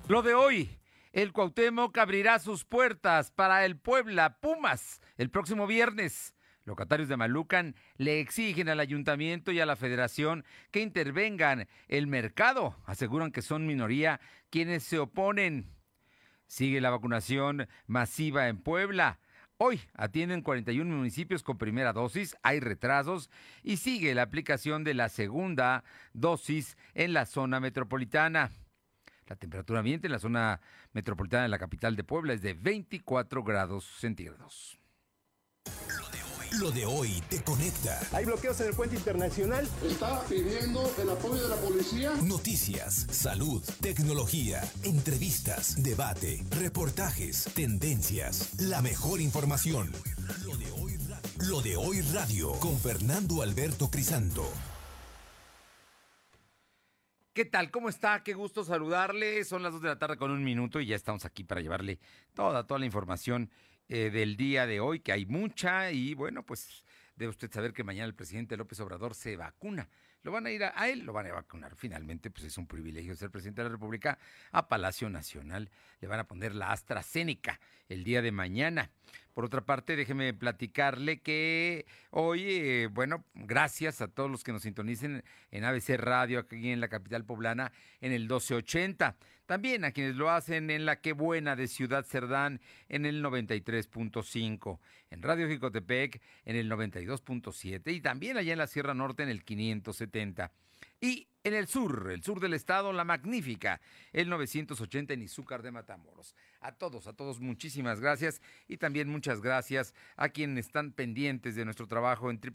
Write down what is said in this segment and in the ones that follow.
Lo de hoy, el Cuauhtémoc abrirá sus puertas para el Puebla Pumas el próximo viernes. Locatarios de Malucan le exigen al ayuntamiento y a la federación que intervengan el mercado. Aseguran que son minoría quienes se oponen. Sigue la vacunación masiva en Puebla. Hoy atienden 41 municipios con primera dosis, hay retrasos y sigue la aplicación de la segunda dosis en la zona metropolitana. La temperatura ambiente en la zona metropolitana de la capital de Puebla es de 24 grados centígrados. Lo de hoy te conecta. Hay bloqueos en el puente internacional. Está pidiendo el apoyo de la policía. Noticias, salud, tecnología, entrevistas, debate, reportajes, tendencias, la mejor información. Lo de hoy radio con Fernando Alberto Crisanto. ¿Qué tal? ¿Cómo está? Qué gusto saludarle. Son las 2 de la tarde con 1 minuto y ya estamos aquí para llevarle toda la información del día de hoy, que hay mucha y bueno, pues debe usted saber que mañana el presidente López Obrador se vacuna. Lo van a ir a él, lo van a vacunar. Finalmente, pues es un privilegio ser presidente de la República. A Palacio Nacional le van a poner la AstraZeneca el día de mañana. Por otra parte, déjeme platicarle que hoy, bueno, gracias a todos los que nos sintonicen en ABC Radio aquí en la capital poblana en el 1280. También a quienes lo hacen en la Qué Buena de Ciudad Cerdán en el 93.5. En Radio Jicotepec en el 92.7 y también allá en la Sierra Norte en el 570. Y en el sur del estado, La Magnífica, el 980 en Izúcar de Matamoros. A todos, muchísimas gracias y también muchas gracias a quienes están pendientes de nuestro trabajo en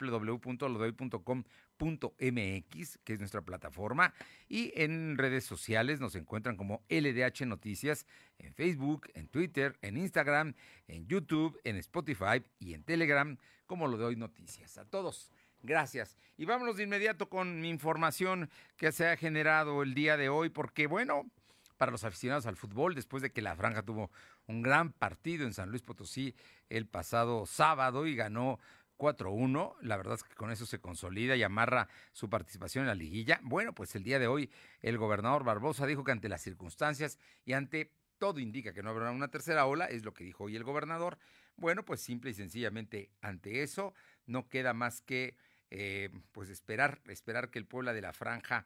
www.lodehoy.com.mx, que es nuestra plataforma, y en redes sociales nos encuentran como LDH Noticias, en Facebook, en Twitter, en Instagram, en YouTube, en Spotify y en Telegram, como Lo de Hoy Noticias. A todos, gracias. Y vámonos de inmediato con mi información que se ha generado el día de hoy, porque bueno, para los aficionados al fútbol, después de que la Franja tuvo un gran partido en San Luis Potosí el pasado sábado y ganó 4-1, la verdad es que con eso se consolida y amarra su participación en la liguilla. Bueno, pues el día de hoy el gobernador Barbosa dijo que ante las circunstancias y ante todo indica que no habrá una tercera ola, es lo que dijo hoy el gobernador. Bueno, pues simple y sencillamente ante eso no queda más que pues esperar que el Puebla de la Franja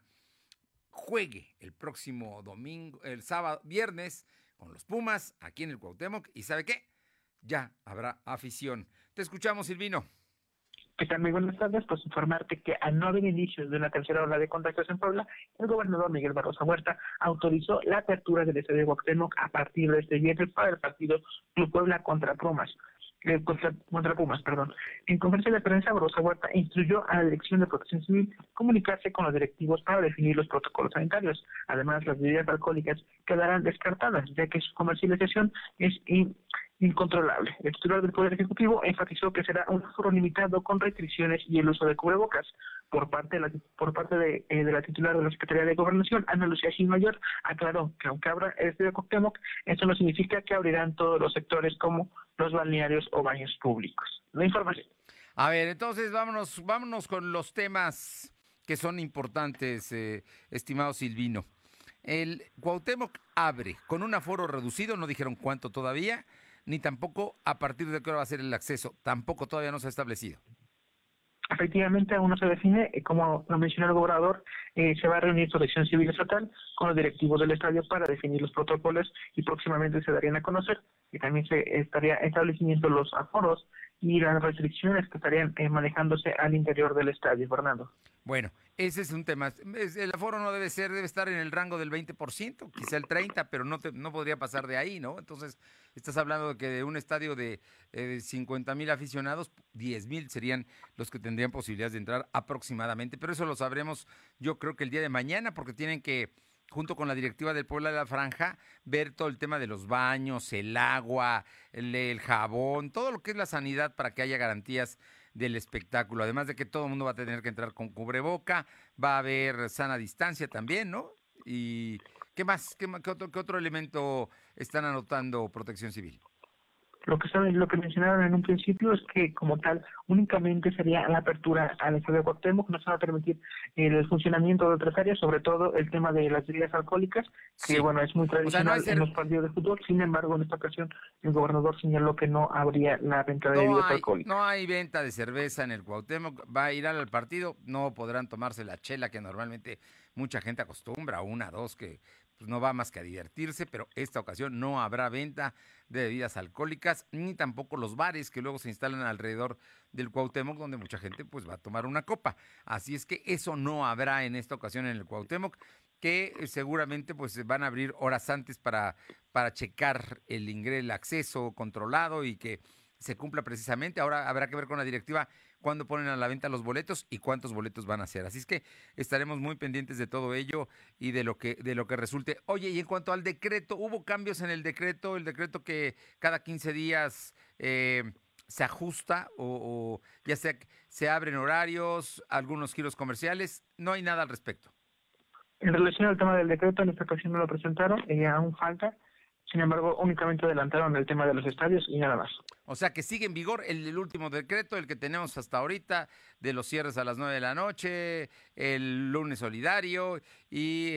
juegue el próximo domingo, el sábado, viernes, con los Pumas aquí en el Cuauhtémoc. ¿Y sabe qué? Ya habrá afición. Te escuchamos, Silvino. ¿Qué tal? Muy buenas tardes. Pues informarte que al no haber indicios de una tercera ola de contagios en Puebla, el gobernador Miguel Barroso Huerta autorizó la apertura del estadio Cuauhtémoc a partir de este viernes para el partido Club Puebla contra Pumas. Contra Pumas, perdón. En conferencia de prensa, Barroso Huerta instruyó a la Dirección de Protección Civil comunicarse con los directivos para definir los protocolos sanitarios. Además, las bebidas alcohólicas quedarán descartadas, ya que su comercialización es incontrolable. El titular del Poder Ejecutivo enfatizó que será un aforo limitado con restricciones y el uso de cubrebocas. Por parte de la titular de la Secretaría de Gobernación, Ana Lucía Gil Mayor, aclaró que aunque abra el estadio Cuauhtémoc, esto no significa que abrirán todos los sectores como los balnearios o baños públicos. La información. A ver, entonces vámonos con los temas que son importantes, estimado Silvino. El Cuauhtémoc abre con un aforo reducido, no dijeron cuánto todavía, ni tampoco a partir de qué hora va a ser el acceso, tampoco todavía no se ha establecido. Efectivamente, aún no se define, como lo mencionó el gobernador, se va a reunir Protección Civil Estatal con los directivos del estadio para definir los protocolos y próximamente se darían a conocer, y también se estaría estableciendo los aforos y las restricciones que estarían manejándose al interior del estadio, Fernando. Bueno, ese es un tema. El aforo no debe estar en el rango del 20%, quizá el 30%, pero no podría pasar de ahí, ¿no? Entonces, estás hablando de que de un estadio de 50,000 aficionados, 10,000 serían los que tendrían posibilidades de entrar aproximadamente, pero eso lo sabremos yo creo que el día de mañana, porque tienen que, junto con la directiva del Puebla de la Franja, ver todo el tema de los baños, el agua, el jabón, todo lo que es la sanidad para que haya garantías del espectáculo, además de que todo el mundo va a tener que entrar con cubreboca, va a haber sana distancia también, ¿no? Y ¿qué más? ¿Qué otro elemento están anotando Protección Civil? Lo que mencionaron en un principio es que como tal únicamente sería la apertura al estadio Cuauhtémoc, no se va a permitir el funcionamiento de otras áreas, sobre todo el tema de las bebidas alcohólicas, que Sí. bueno, es muy tradicional no en los partidos de fútbol. Sin embargo, en esta ocasión el gobernador señaló que no habría la venta de bebidas alcohólicas. No hay venta de cerveza en el Cuauhtémoc. Va a ir al partido, no podrán tomarse la chela que normalmente mucha gente acostumbra, una, dos, que pues, no va más que a divertirse, pero esta ocasión no habrá venta de bebidas alcohólicas, ni tampoco los bares que luego se instalan alrededor del Cuauhtémoc, donde mucha gente pues va a tomar una copa. Así es que eso no habrá en esta ocasión en el Cuauhtémoc, que seguramente pues van a abrir horas antes para checar el acceso controlado y que se cumpla precisamente. Ahora habrá que ver con la directiva cuándo ponen a la venta los boletos y cuántos boletos van a hacer. Así es que estaremos muy pendientes de todo ello y de lo que resulte. Oye, y en cuanto al decreto, ¿hubo cambios en el decreto que cada 15 días se ajusta o ya sea se abren horarios, algunos giros comerciales? No hay nada al respecto. En relación al tema del decreto, en esta ocasión no lo presentaron, aún falta. Sin embargo, únicamente adelantaron el tema de los estadios y nada más. O sea que sigue en vigor el último decreto, el que tenemos hasta ahorita, de los cierres a las 9 de la noche, el lunes solidario y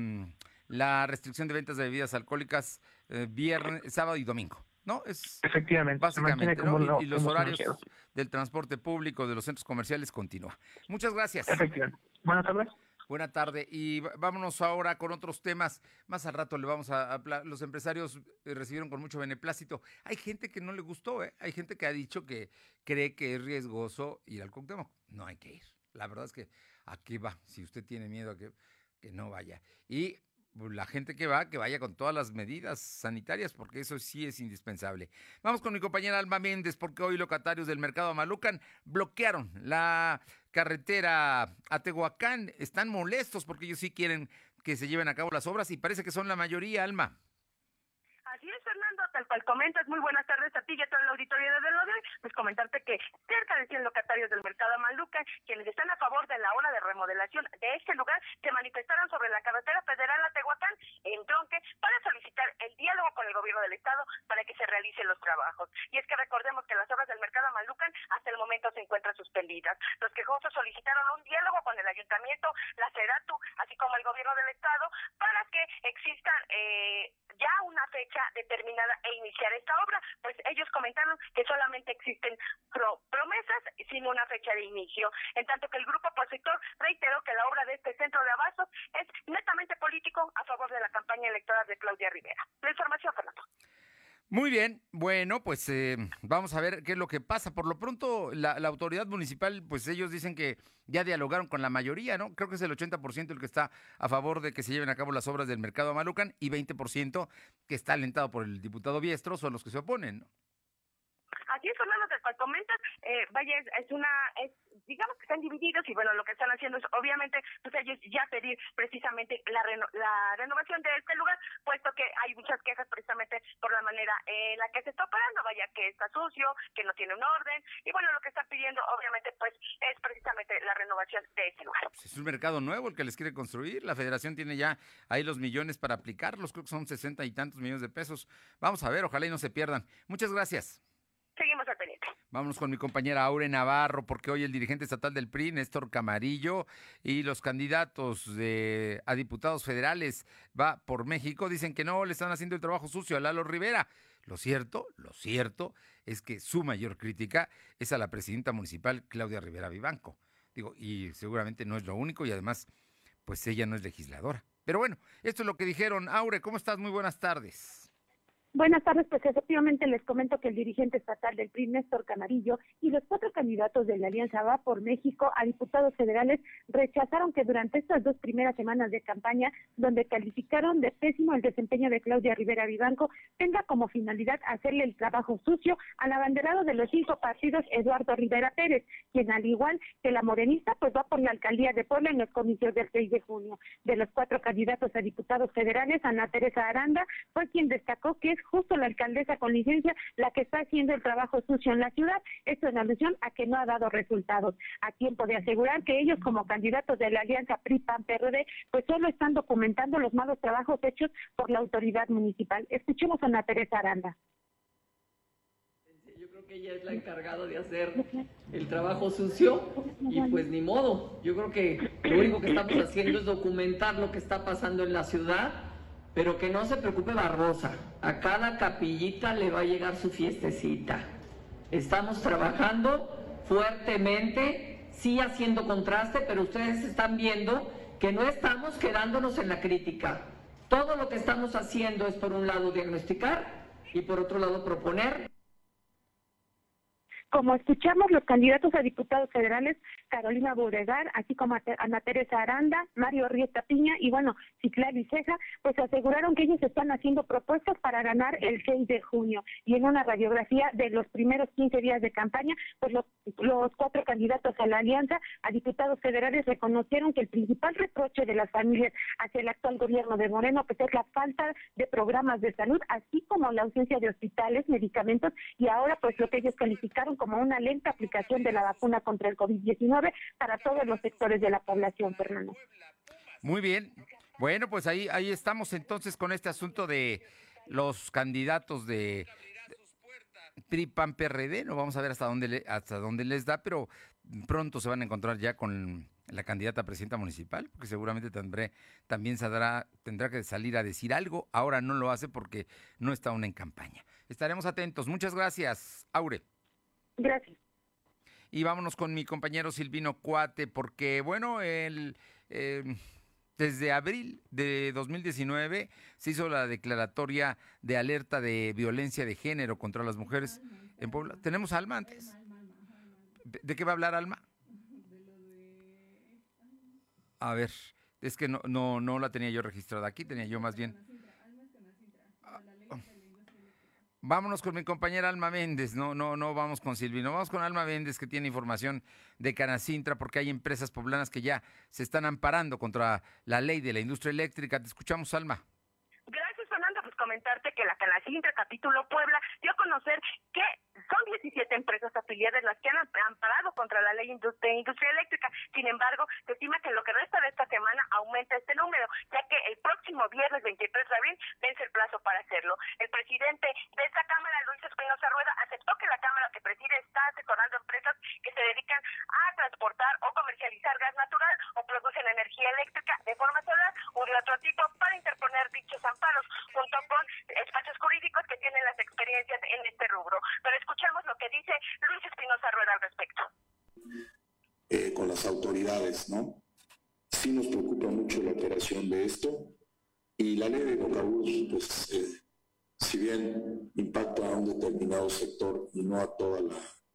la restricción de ventas de bebidas alcohólicas viernes, sábado y domingo, ¿no? Efectivamente. Básicamente, ¿no? Y los horarios del transporte público, de los centros comerciales, continúa. Muchas gracias. Efectivamente. Buenas tardes. Buena tarde y vámonos ahora con otros temas. Más al rato le vamos a los empresarios recibieron con mucho beneplácito. Hay gente que no le gustó, hay gente que ha dicho que cree que es riesgoso ir al Cuauhtémoc. No hay que ir. La verdad es que aquí va. Si usted tiene miedo a que no vaya. Y la gente que vaya con todas las medidas sanitarias, porque eso sí es indispensable. Vamos con mi compañera Alma Méndez, porque hoy locatarios del mercado Amalucan bloquearon la carretera a Tehuacán. Están molestos porque ellos sí quieren que se lleven a cabo las obras y parece que son la mayoría, Alma. Así es, Fernando, tal cual comentas. Muy buenas tardes a ti y a todo el auditorio de lo de hoy. Pues comentarte que cerca de 100 locatarios del mercado Amalucan, quienes están a favor de la obra de remodelación de este lugar, se manifestaron sobre la carretera federal a Tehuacán en Tronque para solicitar el diálogo con el gobierno del estado para que se realicen los trabajos. Y es que recordemos que las obras del mercado Amalucan hasta el momento se encuentran suspendidas. Los quejosos solicitaron un diálogo con el ayuntamiento, la SEDATU, así como el gobierno del estado, para que exista ya una fecha determinada e iniciar esta obra. Pues ellos comentaron que solamente existen promesas sin una fecha de inicio, en tanto que el grupo opositor reiteró que la obra de este centro de abastos es netamente político a favor de la campaña electoral de Claudia Rivera. La información, Fernando. Muy bien, bueno, pues vamos a ver qué es lo que pasa. Por lo pronto, la autoridad municipal, pues ellos dicen que ya dialogaron con la mayoría, ¿no? Creo que es el 80% el que está a favor de que se lleven a cabo las obras del mercado Amalucan y 20% que está alentado por el diputado Biestro son los que se oponen, ¿no? Aquí es Fernando, del cual comentas, digamos que están divididos y bueno, lo que están haciendo es obviamente pues ellos ya pedir precisamente la renovación de este lugar, puesto que hay muchas quejas precisamente por la manera en la que se está operando, vaya que está sucio, que no tiene un orden, y bueno, lo que están pidiendo obviamente pues es precisamente la renovación de este lugar. Pues es un mercado nuevo el que les quiere construir, la federación tiene ya ahí los millones para aplicarlos, creo que son 60 y tantos millones de pesos. Vamos a ver, ojalá y no se pierdan. Muchas gracias. Seguimos al pendiente. Vámonos con mi compañera Aure Navarro, porque hoy el dirigente estatal del PRI, Néstor Camarillo, y los candidatos a diputados federales va por México, dicen que no le están haciendo el trabajo sucio a Lalo Rivera. Lo cierto es que su mayor crítica es a la presidenta municipal Claudia Rivera Vivanco. Y seguramente no es lo único y además, pues ella no es legisladora. Pero bueno, esto es lo que dijeron. Aure, ¿cómo estás? Muy buenas tardes. Buenas tardes, pues efectivamente les comento que el dirigente estatal del PRI, Néstor Camarillo, y los 4 candidatos de la Alianza Va por México a diputados federales rechazaron que durante estas 2 primeras semanas de campaña, donde calificaron de pésimo el desempeño de Claudia Rivera Vivanco, tenga como finalidad hacerle el trabajo sucio al abanderado de los 5 partidos, Eduardo Rivera Pérez, quien al igual que la morenista, pues va por la alcaldía de Puebla en los comicios del 6 de junio. De los 4 candidatos a diputados federales, Ana Teresa Aranda fue quien destacó que es justo la alcaldesa con licencia la que está haciendo el trabajo sucio en la ciudad, esto en alusión a que no ha dado resultados. A tiempo de asegurar que ellos como candidatos de la alianza PRI-PAN-PRD pues solo están documentando los malos trabajos hechos por la autoridad municipal. Escuchemos a Ana Teresa Aranda. Creo que ella es la encargada de hacer el trabajo sucio y pues ni modo. Yo creo que lo único que estamos haciendo es documentar lo que está pasando en la ciudad, pero que no se preocupe Barbosa. A cada capillita le va a llegar su fiestecita. Estamos trabajando fuertemente, sí haciendo contraste, pero ustedes están viendo que no estamos quedándonos en la crítica. Todo lo que estamos haciendo es, por un lado, diagnosticar y por otro lado, proponer. Como escuchamos, los candidatos a diputados federales, Carolina Beauregard, así como Ana Teresa Aranda, Mario Rieta Piña y bueno, Citlali Ceja, pues aseguraron que ellos están haciendo propuestas para ganar el 6 de junio. Y en una radiografía de los primeros 15 días de campaña, pues los 4 candidatos a la alianza a diputados federales reconocieron que el principal reproche de las familias hacia el actual gobierno de Moreno pues es la falta de programas de salud, así como la ausencia de hospitales, medicamentos y ahora pues lo que ellos calificaron como una lenta aplicación de la vacuna contra el COVID-19 para todos los sectores de la población, Fernando. Muy bien. Bueno, pues ahí estamos entonces con este asunto de los candidatos de PRI, PAN, PRD. No vamos a ver hasta dónde les da, pero pronto se van a encontrar ya con la candidata a presidenta municipal, porque seguramente también tendrá que salir a decir algo. Ahora no lo hace porque no está aún en campaña. Estaremos atentos. Muchas gracias, Aure. Gracias. Y vámonos con mi compañero Silvino Cuate, porque bueno, desde abril de 2019 se hizo la declaratoria de alerta de violencia de género contra las mujeres en Puebla. ¿Tenemos a Alma antes? ¿De qué va a hablar Alma? A ver, es que no la tenía yo registrada aquí, tenía yo más bien... Vámonos con mi compañera Alma Méndez, no vamos con Silvino, vamos con Alma Méndez que tiene información de Canacintra porque hay empresas poblanas que ya se están amparando contra la ley de la industria eléctrica. Te escuchamos, Alma. Gracias, Fernando. Pues comentarte que la Canacintra Capítulo Puebla dio a conocer que son 17 empresas afiliadas las que han amparado contra la ley de industria eléctrica. Sin embargo, se estima que en lo que resta de esta semana aumenta este número, ya que el próximo viernes 23 de abril vence el plazo para hacerlo. El presidente de esta Cámara, Luis Espinosa Rueda, aceptó que la Cámara que preside está asesorando empresas que se dedican a transportar o comercializar gas natural o producen energía eléctrica de forma solar o de otro tipo para interponer dichos amparos, junto con espacios jurídicos que tienen las experiencias en este rubro. Pero escuchemos lo que dice Luis Espinosa Rueda al respecto. Con las autoridades, ¿no? Sí nos preocupa mucho la operación de esto y la ley de hidrocarburos, pues, si bien impacta a un determinado sector y no a toda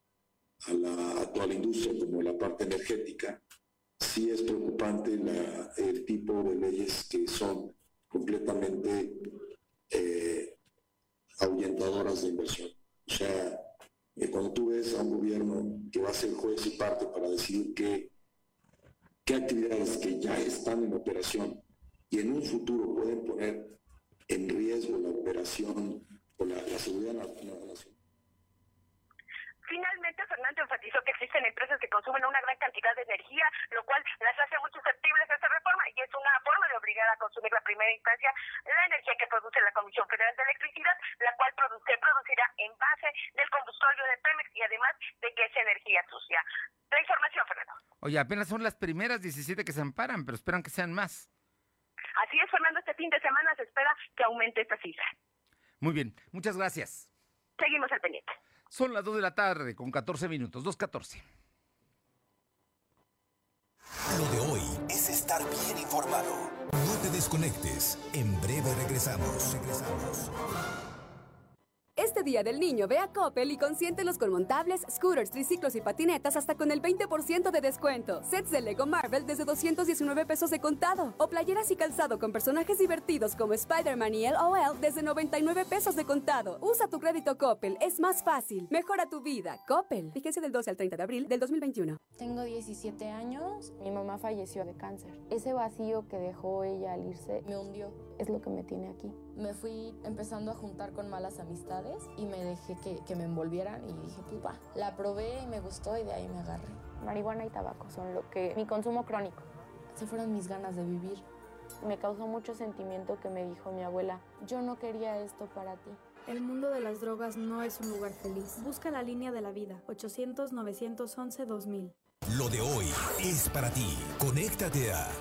la industria como la parte energética, sí es preocupante el tipo de leyes que son completamente ahuyentadoras de inversión. O sea, cuando tú ves a un gobierno que va a ser juez y parte para decidir qué actividades que ya están en operación y en un futuro pueden poner en riesgo la operación o la seguridad nacional. Finalmente, Fernando enfatizó que existen empresas que consumen una gran cantidad de energía, lo cual las hace muy susceptibles a esta reforma y es una forma de obligar a consumir la primera instancia la energía que produce la Comisión Federal de Electricidad, la cual se producirá en base del combustorio de Pemex y además de que es energía sucia. La información, Fernando. Oye, apenas son las primeras 17 que se amparan, pero esperan que sean más. Así es, Fernando, este fin de semana se espera que aumente esta cifra. Muy bien, muchas gracias. Seguimos al pendiente. Son las 2 de la tarde con 14 minutos, 2:14. Lo de hoy es estar bien informado. No te desconectes. En breve regresamos. Este Día del Niño ve a Coppel y consiéntelos con montables, scooters, triciclos y patinetas hasta con el 20% de descuento. Sets de Lego Marvel desde 219 pesos de contado. O playeras y calzado con personajes divertidos como Spider-Man y LOL desde 99 pesos de contado. Usa tu crédito Coppel, es más fácil. Mejora tu vida. Coppel. Vigencia del 12 al 30 de abril del 2021. Tengo 17 años. Mi mamá falleció de cáncer. Ese vacío que dejó ella al irse me hundió. Es lo que me tiene aquí. Me fui empezando a juntar con malas amistades y me dejé que me envolvieran y dije, pues va. La probé y me gustó y de ahí me agarré. Marihuana y tabaco son mi consumo crónico. Se fueron mis ganas de vivir. Me causó mucho sentimiento que me dijo mi abuela, yo no quería esto para ti. El mundo de las drogas no es un lugar feliz. Busca la línea de la vida, 800-911-2000. Lo de hoy es para ti. Conéctate a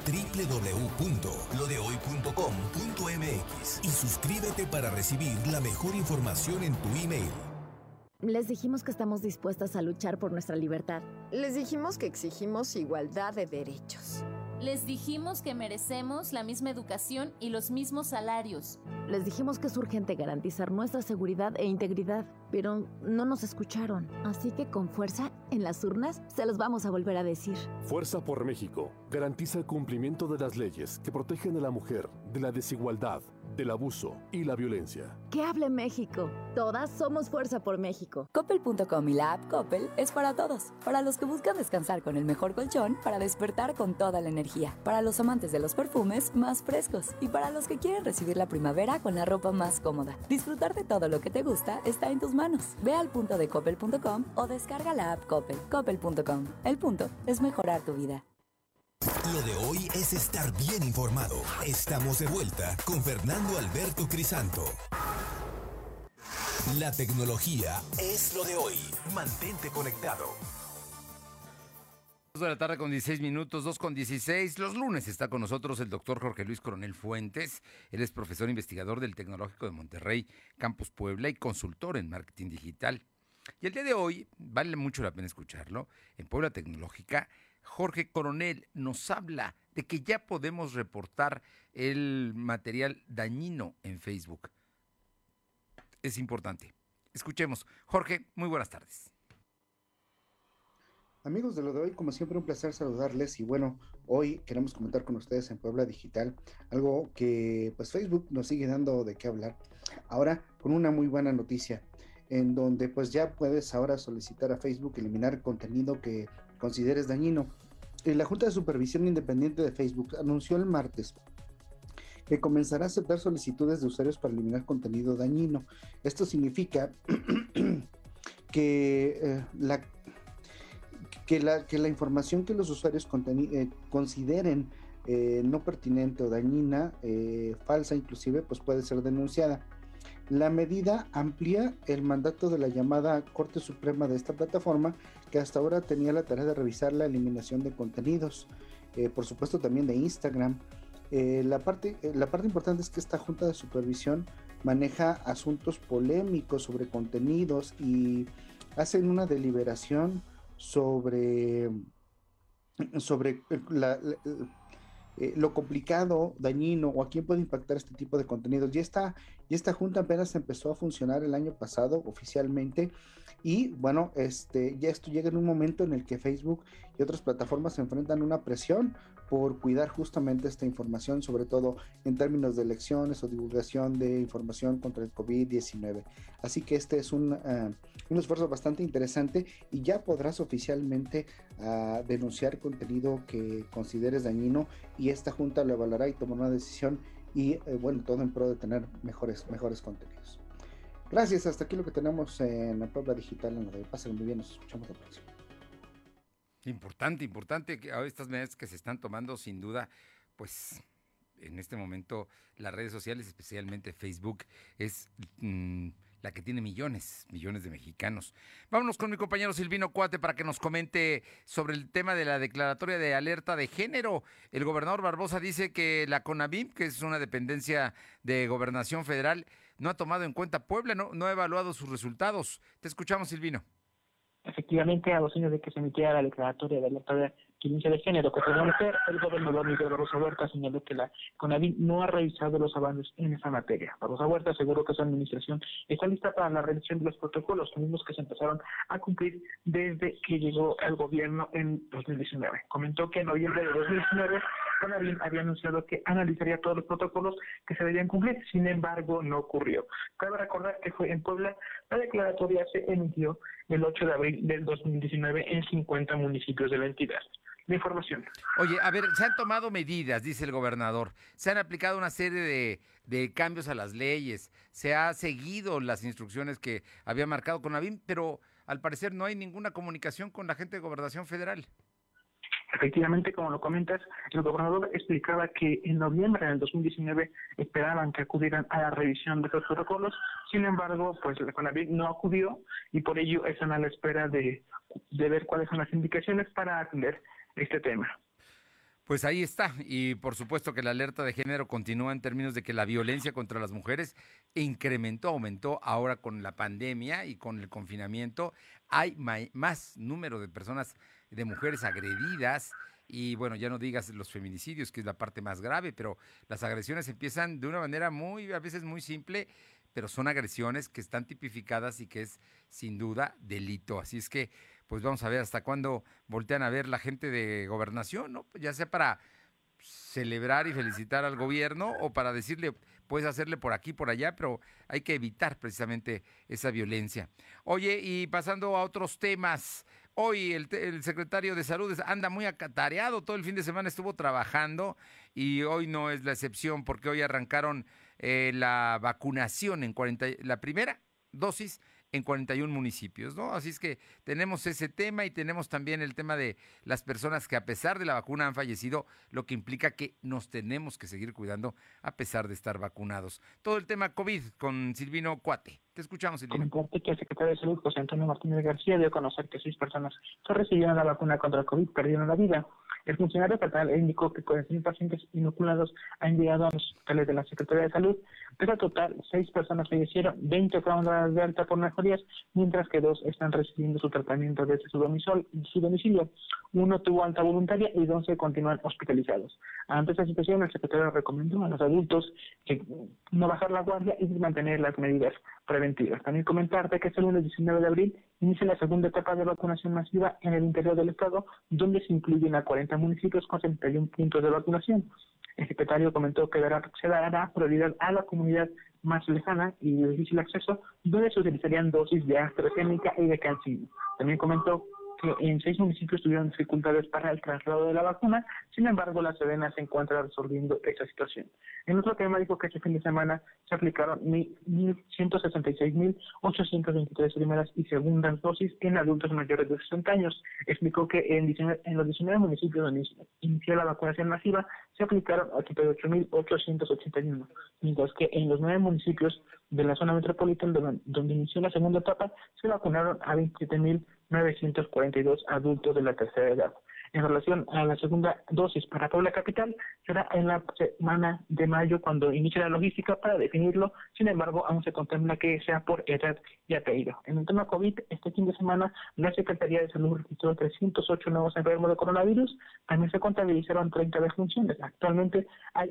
www.lodehoy.com.mx y suscríbete para recibir la mejor información en tu email. Les dijimos que estamos dispuestas a luchar por nuestra libertad. Les dijimos que exigimos igualdad de derechos. Les dijimos que merecemos la misma educación y los mismos salarios. Les dijimos que es urgente garantizar nuestra seguridad e integridad, pero no nos escucharon. Así que con fuerza, en las urnas, se los vamos a volver a decir. Fuerza por México garantiza el cumplimiento de las leyes que protegen a la mujer de la desigualdad, del abuso y la violencia. ¡Que hable México! Todas somos Fuerza por México. Coppel.com y la app Coppel es para todos. Para los que buscan descansar con el mejor colchón, para despertar con toda la energía. Para los amantes de los perfumes más frescos. Y para los que quieren recibir la primavera con la ropa más cómoda. Disfrutar de todo lo que te gusta está en tus manos. Ve al punto de Coppel.com o descarga la app Coppel. Coppel.com. El punto es mejorar tu vida. Lo de hoy es estar bien informado. Estamos de vuelta con Fernando Alberto Crisanto. La tecnología es lo de hoy. Mantente conectado. 2 de la tarde con 16 minutos, 2 con 16. Los lunes está con nosotros el doctor Jorge Luis Coronel Fuentes. Él es profesor investigador del Tecnológico de Monterrey, Campus Puebla y consultor en marketing digital. Y el día de hoy, vale mucho la pena escucharlo, en Puebla Tecnológica, Jorge Coronel nos habla de que ya podemos reportar el material dañino en Facebook. Es importante. Escuchemos. Jorge, muy buenas tardes. Amigos de Lo de Hoy, como siempre un placer saludarles y bueno, hoy queremos comentar con ustedes en Puebla Digital algo que pues Facebook nos sigue dando de qué hablar. Ahora con una muy buena noticia en donde pues ya puedes ahora solicitar a Facebook eliminar contenido que consideres dañino. La Junta de Supervisión Independiente de Facebook anunció el martes que comenzará a aceptar solicitudes de usuarios para eliminar contenido dañino. Esto significa que la información que los usuarios consideren no pertinente o dañina, falsa inclusive, pues puede ser denunciada. La medida amplía el mandato de la llamada Corte Suprema de esta plataforma, que hasta ahora tenía la tarea de revisar la eliminación de contenidos, por supuesto también de Instagram. La parte importante es que esta Junta de Supervisión maneja asuntos polémicos sobre contenidos y hacen una deliberación sobre lo complicado, dañino o a quién puede impactar este tipo de contenidos. Y esta junta apenas empezó a funcionar el año pasado oficialmente y bueno, ya esto llega en un momento en el que Facebook y otras plataformas se enfrentan a una presión por cuidar justamente esta información, sobre todo en términos de elecciones o divulgación de información contra el COVID-19. Así que este es un esfuerzo bastante interesante y ya podrás oficialmente denunciar contenido que consideres dañino y esta junta lo evaluará y tomará una decisión y bueno, todo en pro de tener mejores contenidos. Gracias, hasta aquí lo que tenemos en la Puebla Digital. En lo de Pasen muy bien, nos escuchamos la próxima. Importante que estas medidas que se están tomando, sin duda, pues en este momento las redes sociales, especialmente Facebook, es la que tiene millones de mexicanos. Vámonos con mi compañero Silvino Cuate para que nos comente sobre el tema de la declaratoria de alerta de género. El gobernador Barbosa dice que la CONAVIM, que es una dependencia de Gobernación Federal, no ha tomado en cuenta Puebla, no ha evaluado sus resultados. Te escuchamos, Silvino. Efectivamente, a 2 años de que se emitiera la declaratoria de alerta de violencia de género que podemos hacer, el gobernador Miguel Barbosa Huerta señaló que la CONAVIM no ha revisado los avances en esa materia. Barbosa Huerta aseguró que su administración está lista para la revisión de los protocolos, los mismos que se empezaron a cumplir desde que llegó al gobierno en 2019. Comentó que en noviembre de 2019 CONAVIM había anunciado que analizaría todos los protocolos que se debían cumplir, sin embargo no ocurrió. Cabe recordar que fue en Puebla, la declaratoria se emitió el 8 de abril del 2019 en 50 municipios de la entidad. La información. Oye, a ver, se han tomado medidas, dice el gobernador, se han aplicado una serie de cambios a las leyes, se ha seguido las instrucciones que había marcado CONAVIM, pero al parecer no hay ninguna comunicación con la gente de Gobernación Federal. Efectivamente, como lo comentas, el gobernador explicaba que en noviembre del 2019 esperaban que acudieran a la revisión de esos protocolos. Sin embargo, pues la CONAVIC no acudió y por ello están a la espera de ver cuáles son las indicaciones para atender este tema. Pues ahí está, y por supuesto que la alerta de género continúa en términos de que la violencia contra las mujeres aumentó ahora con la pandemia y con el confinamiento. Hay más número de personas, de mujeres agredidas, y bueno, ya no digas los feminicidios, que es la parte más grave, pero las agresiones empiezan de una manera a veces muy simple, pero son agresiones que están tipificadas y que es sin duda delito. Así es que pues vamos a ver hasta cuándo voltean a ver la gente de gobernación, ¿no? Ya sea para celebrar y felicitar al gobierno o para decirle, puedes hacerle por aquí, por allá, pero hay que evitar precisamente esa violencia. Oye, y pasando a otros temas, hoy el secretario de Salud anda muy acatareado, todo el fin de semana estuvo trabajando y hoy no es la excepción porque hoy arrancaron la vacunación la primera dosis en 41 municipios, ¿no? Así es que tenemos ese tema y tenemos también el tema de las personas que a pesar de la vacuna han fallecido, lo que implica que nos tenemos que seguir cuidando a pesar de estar vacunados. Todo el tema COVID con Silvino Cuate. Te escuchamos, Silvino. Comentarte que el secretario de Salud, José Antonio Martínez García, dio a conocer que 6 personas que recibieron la vacuna contra el COVID perdieron la vida. El funcionario estatal indicó que 41 pacientes inoculados han llegado a los hospitales de la Secretaría de Salud. De ese total, 6 personas fallecieron, 20 fueron dadas de alta por mejorías, mientras que 2 están recibiendo su tratamiento desde su domicilio. 1 tuvo alta voluntaria y 12 continúan hospitalizados. Ante esta situación, el secretario recomendó a los adultos que no bajar la guardia y mantener las medidas preventivas. También comentarte que este lunes 19 de abril inicia la segunda etapa de vacunación masiva en el interior del estado, donde se incluyen a 40 municipios con 71 puntos de vacunación. El secretario comentó que se dará prioridad a la comunidad más lejana y de difícil acceso, donde se utilizarían dosis de AstraZeneca y de CanSino. También comentó que en 6 municipios tuvieron dificultades para el traslado de la vacuna, sin embargo la Sedena se encuentra resolviendo esta situación. En otro tema dijo que este fin de semana se aplicaron 166.823 primeras y segundas dosis en adultos mayores de 60 años. Explicó que en los 19 municipios donde inició la vacunación masiva se aplicaron 88.881, mientras que en los 9 municipios de la zona metropolitana donde inició la segunda etapa se vacunaron a 27.942 adultos de la tercera edad. En relación a la segunda dosis para Puebla Capital, será en la semana de mayo cuando inicie la logística para definirlo. Sin embargo, aún se contempla que sea por edad y apellido. En el tema COVID, este fin de semana, la Secretaría de Salud registró 308 nuevos enfermos de coronavirus. También se contabilizaron 30 defunciones. Actualmente hay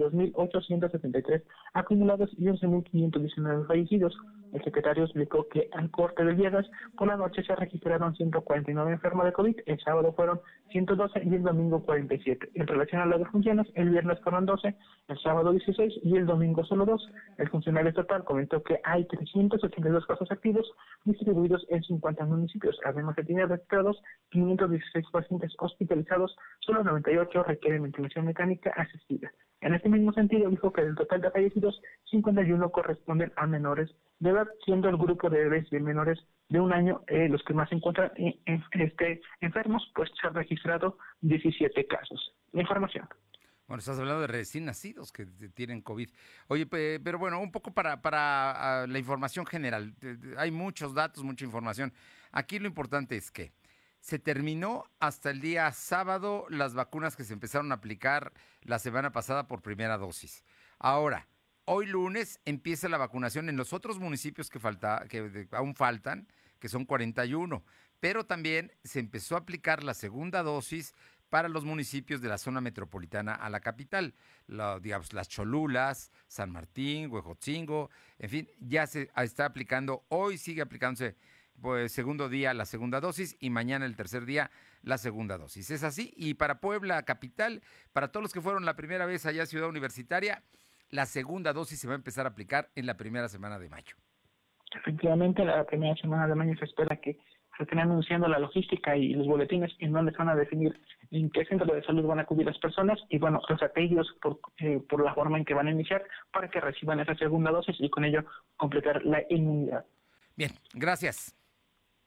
82.873 acumulados y 11.519 fallecidos. El secretario explicó que al corte del viernes por la noche se registraron 149 enfermos de COVID, el sábado fueron 112 y el domingo 47. En relación a las defunciones, el viernes fueron 12, el sábado 16 y el domingo solo 2. El funcionario estatal comentó que hay 382 casos activos distribuidos en 50 municipios. Además, se tienen registrados 516 pacientes hospitalizados, solo 98 requieren ventilación mecánica asistida. En este mismo sentido, dijo que del total de fallecidos, 51 corresponden a menores de edad, siendo el grupo de bebés de menores de 1 año los que más se encuentran enfermos, pues se han registrado 17 casos. La información. Bueno, estás hablando de recién nacidos que tienen COVID. Oye, pero bueno, un poco para la información general. Hay muchos datos, mucha información. Aquí lo importante es que se terminó hasta el día sábado las vacunas que se empezaron a aplicar la semana pasada por primera dosis. Ahora, hoy lunes empieza la vacunación en los otros municipios que aún faltan, que son 41, pero también se empezó a aplicar la segunda dosis para los municipios de la zona metropolitana a la capital, digamos, Las Cholulas, San Martín, Huejotzingo, en fin, ya se está aplicando, hoy sigue aplicándose pues segundo día la segunda dosis y mañana el tercer día la segunda dosis. Es así, y para Puebla capital, para todos los que fueron la primera vez allá a Ciudad Universitaria, la segunda dosis se va a empezar a aplicar en la primera semana de mayo. Efectivamente, la primera semana de mayo se espera que se estén anunciando la logística y los boletines en donde se van a definir en qué centro de salud van a acudir las personas y bueno, los apellidos por la forma en que van a iniciar para que reciban esa segunda dosis y con ello completar la inmunidad. Bien, gracias.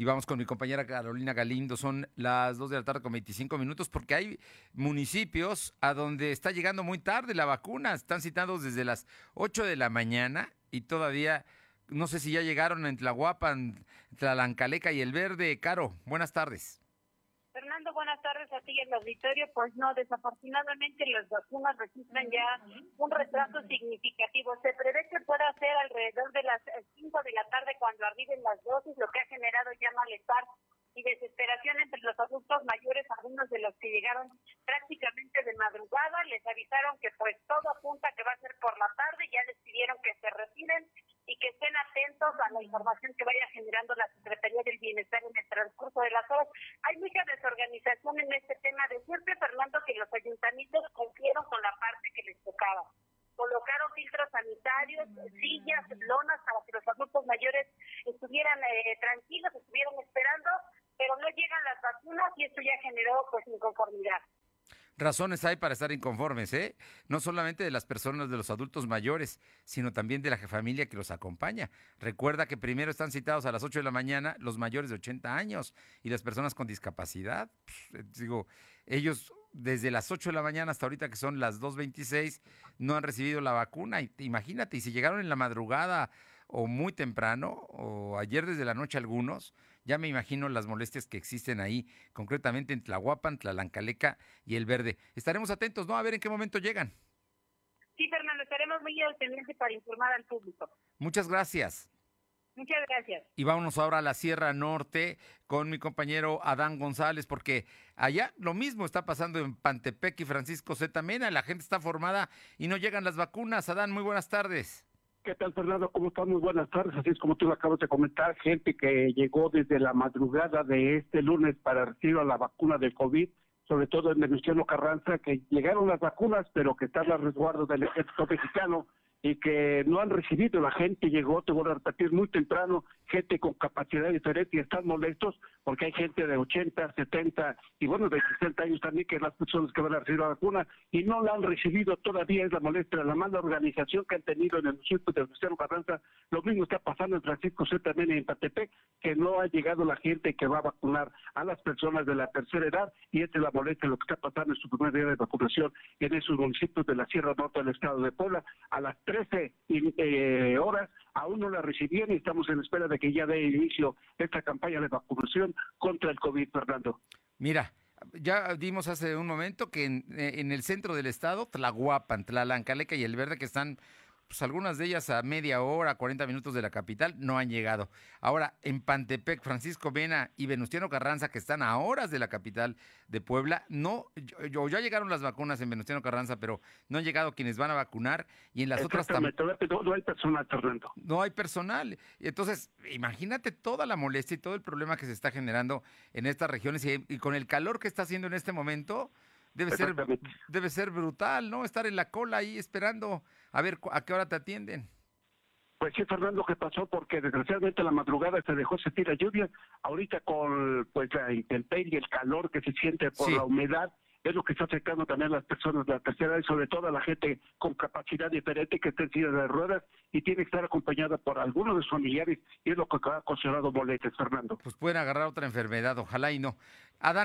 Y vamos con mi compañera Carolina Galindo. Son las 2 de la tarde con 25 minutos porque hay municipios a donde está llegando muy tarde la vacuna. Están citados desde las 8 de la mañana y todavía no sé si ya llegaron en Tlahuapan, Tlalancaleca y El Verde. Caro, buenas tardes. Fernando, buenas tardes a ti en el auditorio. Pues no, desafortunadamente las vacunas registran ya un retraso significativo. Se prevé que pueda ser alrededor de las 5 de la tarde cuando arriben las dosis, lo que ha generado ya malestar y desesperación entre los adultos mayores, algunos de los que llegaron prácticamente de madrugada. Les avisaron que pues todo apunta que va a ser por la tarde, ya les pidieron que se retiren y que estén atentos a la información que vaya generando la Secretaría del Bienestar en el transcurso de las horas. Hay mucha desorganización en este tema. Decirte, Fernando, que los ayuntamientos cumplieron con la parte que les tocaba. Colocaron filtros sanitarios, sillas, lonas para que los adultos mayores estuvieran tranquilos, estuvieran esperando, pero no llegan las vacunas y esto ya generó pues inconformidad. Razones hay para estar inconformes, ¿eh? No solamente de las personas, de los adultos mayores, sino también de la familia que los acompaña. Recuerda que primero están citados a las 8 de la mañana los mayores de 80 años y las personas con discapacidad. Digo, ellos desde las 8 de la mañana hasta ahorita que son las 2:26 no han recibido la vacuna. Imagínate, y si llegaron en la madrugada o muy temprano o ayer desde la noche algunos, ya me imagino las molestias que existen ahí, concretamente en Tlahuapan, Tlalancaleca y El Verde. Estaremos atentos, ¿no? A ver en qué momento llegan. Sí, Fernando, estaremos muy al pendiente para informar al público. Muchas gracias. Muchas gracias. Y vámonos ahora a la Sierra Norte con mi compañero Adán González, porque allá lo mismo está pasando en Pantepec y Francisco Z. Mena. La gente está formada y no llegan las vacunas. Adán, muy buenas tardes. ¿Qué tal, Fernando? ¿Cómo estás? Muy buenas tardes. Así es como tú lo acabas de comentar, gente que llegó desde la madrugada de este lunes para recibir la vacuna del COVID, sobre todo en Venustiano Carranza, que llegaron las vacunas, pero que están a resguardo del ejército mexicano y que no han recibido. La gente llegó, te voy a repetir, muy temprano, gente con capacidad diferente y están molestos porque hay gente de 80, 70 y bueno, de 60 años también, que las personas que van a recibir la vacuna y no la han recibido todavía. Es la molestia, la mala organización que han tenido en el municipio de Venustiano Carranza. Lo mismo está pasando en Francisco Z también en Pantepec, que no ha llegado la gente que va a vacunar a las personas de la tercera edad, y esta es la molestia, lo que está pasando en su primer día de vacunación en esos municipios de la Sierra Norte del estado de Puebla. A las 13 horas aún no la recibían y estamos en espera de que ya dé inicio esta campaña de vacunación contra el COVID, Fernando. Mira, ya dimos hace un momento que en el centro del estado, Tlahuapan, Tlalancaleca y El Verde, que están pues algunas de ellas a media hora, 40 minutos de la capital, no han llegado. Ahora, en Pantepec, Francisco Mena y Venustiano Carranza, que están a horas de la capital de Puebla, ya llegaron las vacunas en Venustiano Carranza, pero no han llegado quienes van a vacunar, y en las otras también. No hay personal, Fernando. No hay personal. Entonces, imagínate toda la molestia y todo el problema que se está generando en estas regiones, y con el calor que está haciendo en este momento, debe ser brutal, ¿no? Estar en la cola ahí esperando a ver a qué hora te atienden. Pues sí, Fernando, ¿qué pasó? Porque desgraciadamente la madrugada se dejó sentir la lluvia. Ahorita con pues la intemperie y el calor que se siente por la humedad, es lo que está afectando también a las personas de la tercera edad y sobre todo a la gente con capacidad diferente que está en silla de ruedas y tiene que estar acompañada por algunos de sus familiares, y es lo que ha considerado molestias, Fernando. Pues pueden agarrar otra enfermedad, ojalá y no. Adán,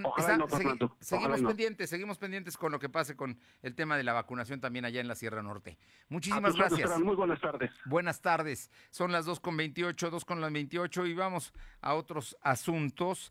seguimos pendientes con lo que pase con el tema de la vacunación también allá en la Sierra Norte. Muchísimas gracias. Muy buenas tardes. Buenas tardes. Son las 2:28 y vamos a otros asuntos.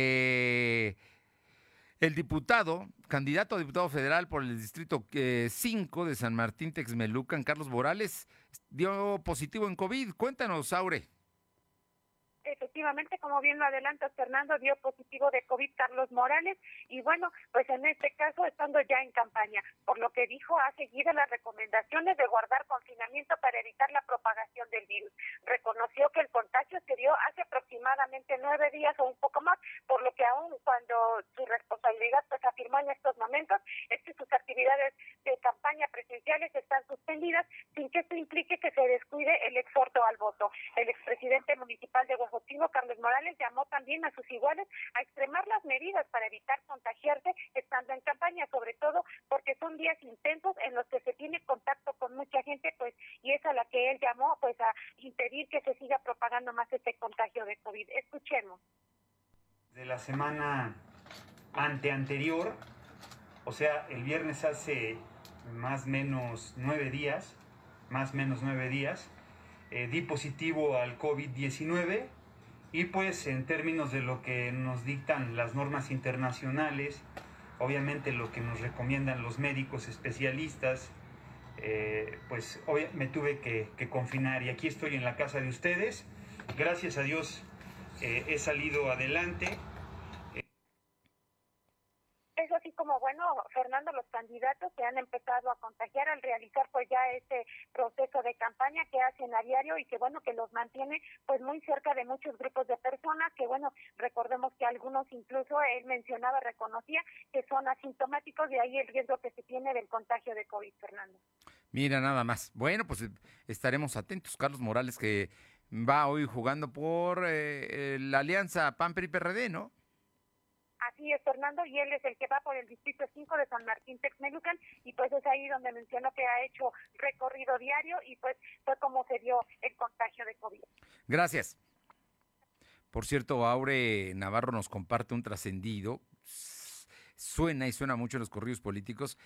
El candidato a diputado federal por el distrito 5 de San Martín Texmelucan, Carlos Morales, dio positivo en COVID. Cuéntanos, Aure. Efectivamente, como bien lo adelantas, Fernando, dio positivo de COVID Carlos Morales, y bueno, pues en este caso estando ya en campaña, por lo que dijo, ha seguido las recomendaciones de guardar confinamiento para evitar la propagación del virus. Reconoció que el contagio se dio hace aproximadamente 9 días o un poco más, por lo que aún cuando su responsabilidad pues afirmó en estos momentos es que sus actividades de campaña presenciales están suspendidas, sin que esto implique que se descuide el exhorto al voto. El expresidente municipal de Huejotzingo, Carlos Morales, llamó también a sus iguales a extremar las medidas para evitar contagiarse estando en campaña, sobre todo porque son días intensos en los que se tiene contacto con mucha gente, pues, y es a la que él llamó pues a impedir que se siga propagando más este contagio de COVID. Escuchemos. De la semana anterior, o sea, el viernes hace más o menos 9 días, di positivo al COVID-19 y pues en términos de lo que nos dictan las normas internacionales, obviamente lo que nos recomiendan los médicos especialistas, pues hoy me tuve que confinar y aquí estoy en la casa de ustedes. Gracias a Dios he salido adelante. Es así como, bueno, Fernando, los candidatos se han empezado a contagiar al realizar pues ya este proceso de campaña que hacen a diario y que bueno, que los mantiene pues muy cerca de muchos grupos de personas que bueno, recordemos que algunos incluso él mencionaba, reconocía que son asintomáticos, de ahí el riesgo que se tiene del contagio de COVID, Fernando. Mira, nada más. Bueno, pues estaremos atentos. Carlos Morales, que va hoy jugando por la alianza PAN-PRI-PRD, ¿no? Así es, Fernando, y él es el que va por el distrito 5 de San Martín Texmelucan, y pues es ahí donde mencionó que ha hecho recorrido diario y pues fue como se dio el contagio de COVID. Gracias. Por cierto, Aure Navarro nos comparte un trascendido, suena mucho en los corridos políticos,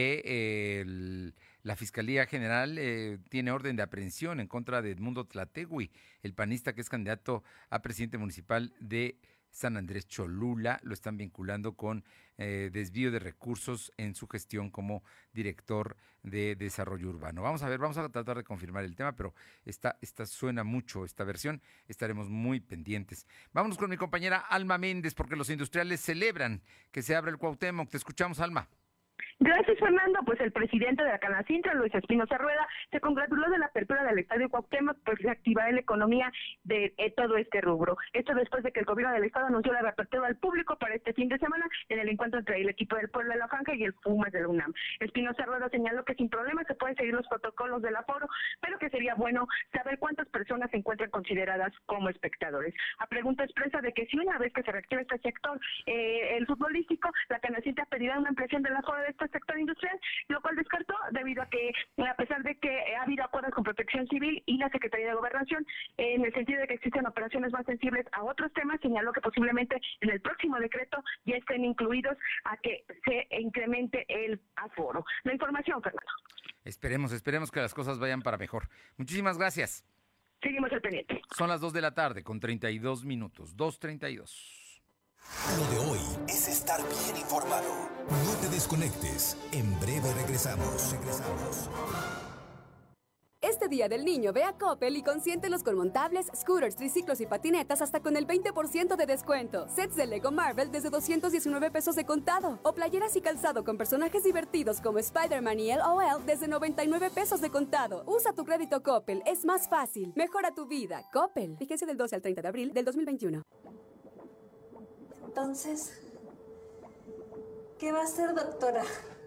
que la Fiscalía General tiene orden de aprehensión en contra de Edmundo Tlategui, el panista que es candidato a presidente municipal de San Andrés Cholula. Lo están vinculando con desvío de recursos en su gestión como director de desarrollo urbano. Vamos a tratar de confirmar el tema, pero esta suena mucho, esta versión, estaremos muy pendientes. Vámonos con mi compañera Alma Méndez, porque los industriales celebran que se abre el Cuauhtémoc. Te escuchamos, Alma. Gracias, Fernando. Pues el presidente de la Canacintra, Luis Espinosa Rueda, se congratuló de la apertura del Estadio Cuauhtémoc, pues reactivará la economía de todo este rubro. Esto después de que el gobierno del estado anunció la reapertura al público para este fin de semana en el encuentro entre el equipo del Pueblo de la Franja y el Pumas de la UNAM. Espinosa Rueda señaló que sin problema se pueden seguir los protocolos del aforo, pero que sería bueno saber cuántas personas se encuentran consideradas como espectadores. A pregunta expresa de que si una vez que se reactive este sector, el futbolístico, la Canacintra pedirá una ampliación del aforo de este sector industrial, lo cual descartó debido a que, a pesar de que ha habido acuerdos con Protección Civil y la Secretaría de Gobernación, en el sentido de que existen operaciones más sensibles a otros temas, señaló que posiblemente en el próximo decreto ya estén incluidos a que se incremente el aforo. La información, Fernando. Esperemos que las cosas vayan para mejor. Muchísimas gracias. Seguimos al pendiente. Son las 2 de la tarde con 32 minutos, 2:32. Lo de hoy es estar bien informado. No te desconectes. En breve regresamos. Este Día del Niño ve a Coppel y consiéntelos con montables, scooters, triciclos y patinetas hasta con el 20% de descuento. Sets de Lego Marvel desde 219 pesos de contado. O playeras y calzado con personajes divertidos como Spider-Man y LOL desde 99 pesos de contado. Usa tu crédito Coppel, es más fácil. Mejora tu vida. Coppel. Vigencia del 12 al 30 de abril del 2021. Entonces, ¿qué va a hacer, doctora?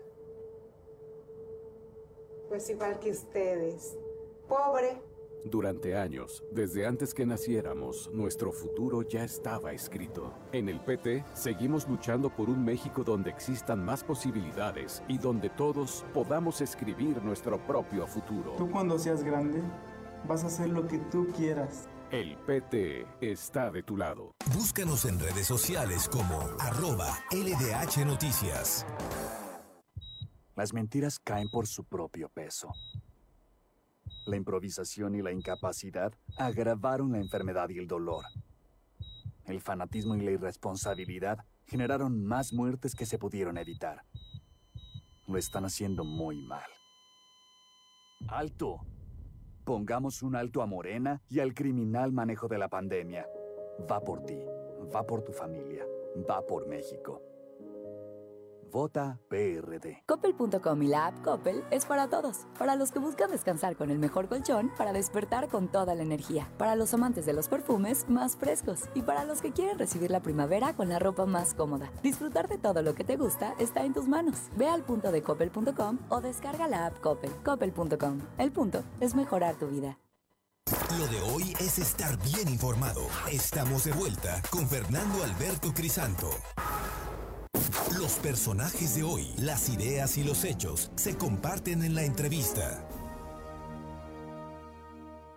Pues igual que ustedes. Pobre. Durante años, desde antes que naciéramos, nuestro futuro ya estaba escrito. En el PT, seguimos luchando por un México donde existan más posibilidades y donde todos podamos escribir nuestro propio futuro. Tú cuando seas grande, vas a hacer lo que tú quieras. El PT está de tu lado. Búscanos en redes sociales como @LDH Noticias. Las mentiras caen por su propio peso. La improvisación y la incapacidad agravaron la enfermedad y el dolor. El fanatismo y la irresponsabilidad generaron más muertes que se pudieron evitar. Lo están haciendo muy mal. ¡Alto! Pongamos un alto a Morena y al criminal manejo de la pandemia. Va por ti, va por tu familia, va por México. Vota PRD. Coppel.com y la app Coppel es para todos. Para los que buscan descansar con el mejor colchón, para despertar con toda la energía. Para los amantes de los perfumes más frescos. Y para los que quieren recibir la primavera con la ropa más cómoda. Disfrutar de todo lo que te gusta está en tus manos. Ve al punto de Coppel.com o descarga la app Coppel. Coppel.com. El punto es mejorar tu vida. Lo de hoy es estar bien informado. Estamos de vuelta con Fernando Alberto Crisanto. Los personajes de hoy, las ideas y los hechos se comparten en la entrevista.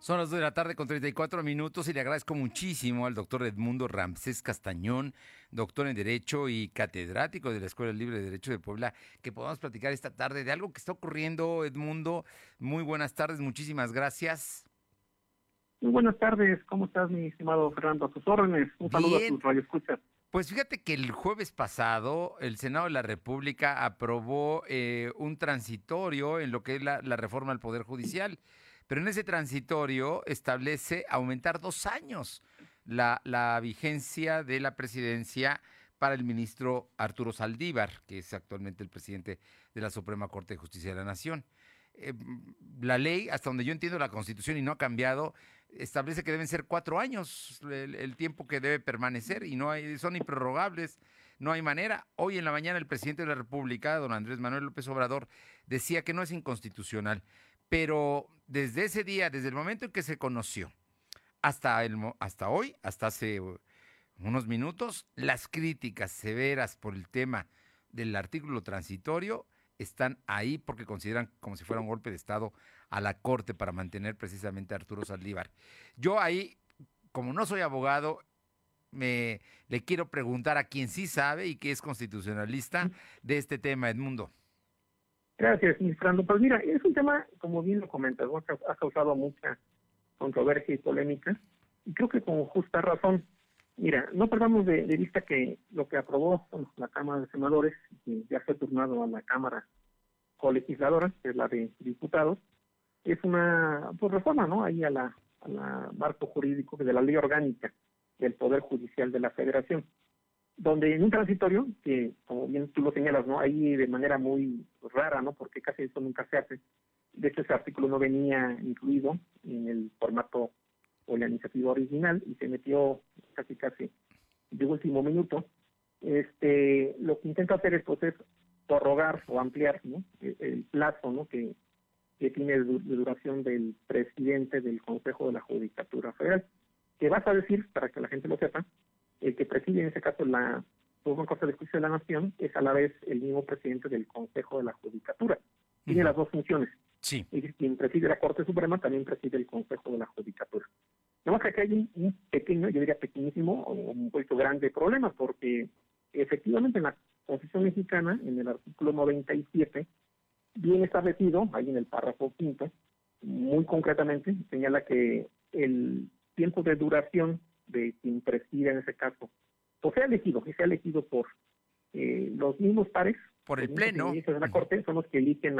Son las 2 de la tarde con 34 minutos y le agradezco muchísimo al doctor Edmundo Ramsés Castañón, doctor en Derecho y catedrático de la Escuela Libre de Derecho de Puebla, que podamos platicar esta tarde de algo que está ocurriendo, Edmundo. Muy buenas tardes, muchísimas gracias. Muy buenas tardes, ¿cómo estás, mi estimado Fernando? A tus órdenes, un saludo a tus radioescuchas. Pues fíjate que el jueves pasado el Senado de la República aprobó un transitorio en lo que es la reforma al Poder Judicial. Pero en ese transitorio establece aumentar 2 años la vigencia de la presidencia para el ministro Arturo Saldívar, que es actualmente el presidente de la Suprema Corte de Justicia de la Nación. La ley, hasta donde yo entiendo la Constitución y no ha cambiado, establece que deben ser 4 años el tiempo que debe permanecer y son improrrogables, no hay manera. Hoy en la mañana el presidente de la República, don Andrés Manuel López Obrador, decía que no es inconstitucional. Pero desde ese día, desde el momento en que se conoció, hasta hoy, hasta hace unos minutos, las críticas severas por el tema del artículo transitorio están ahí porque consideran como si fuera un golpe de Estado a la Corte para mantener precisamente a Arturo Saldívar. Yo ahí, como no soy abogado, le quiero preguntar a quien sí sabe y que es constitucionalista de este tema, Edmundo. Gracias, Fernando. Pues mira, es un tema, como bien lo comentas, ¿no? Ha causado mucha controversia y polémica, y creo que con justa razón. Mira, no perdamos de vista que lo que aprobó la Cámara de Senadores, y ya fue turnado a la Cámara Colegisladora, que es la de Diputados, es una reforma, ¿no? Ahí a la marco jurídico de la Ley Orgánica del Poder Judicial de la Federación, donde en un transitorio, que como bien tú lo señalas, ¿no? Ahí de manera muy rara, ¿no? Porque casi eso nunca se hace. De hecho, ese artículo no venía incluido en el formato o la iniciativa original y se metió casi de último minuto. Lo que intenta hacer es prorrogar o ampliar, ¿no? El plazo, ¿no? que tiene de duración del presidente del Consejo de la Judicatura Federal, que vas a decir, para que la gente lo sepa, el que preside en ese caso la Suprema Corte de Justicia de la Nación es a la vez el mismo presidente del Consejo de la Judicatura. Tiene las dos funciones. Sí. Y quien preside la Corte Suprema también preside el Consejo de la Judicatura. Nada más que aquí hay un pequeño, yo diría pequeñísimo, o un poquito grande problema, porque efectivamente en la Constitución mexicana, en el artículo 97, bien establecido, ahí en el párrafo 5, muy concretamente, señala que el tiempo de duración de quien preside en ese caso, que sea elegido por los mismos pares, por el Pleno de la Corte, son los que eligen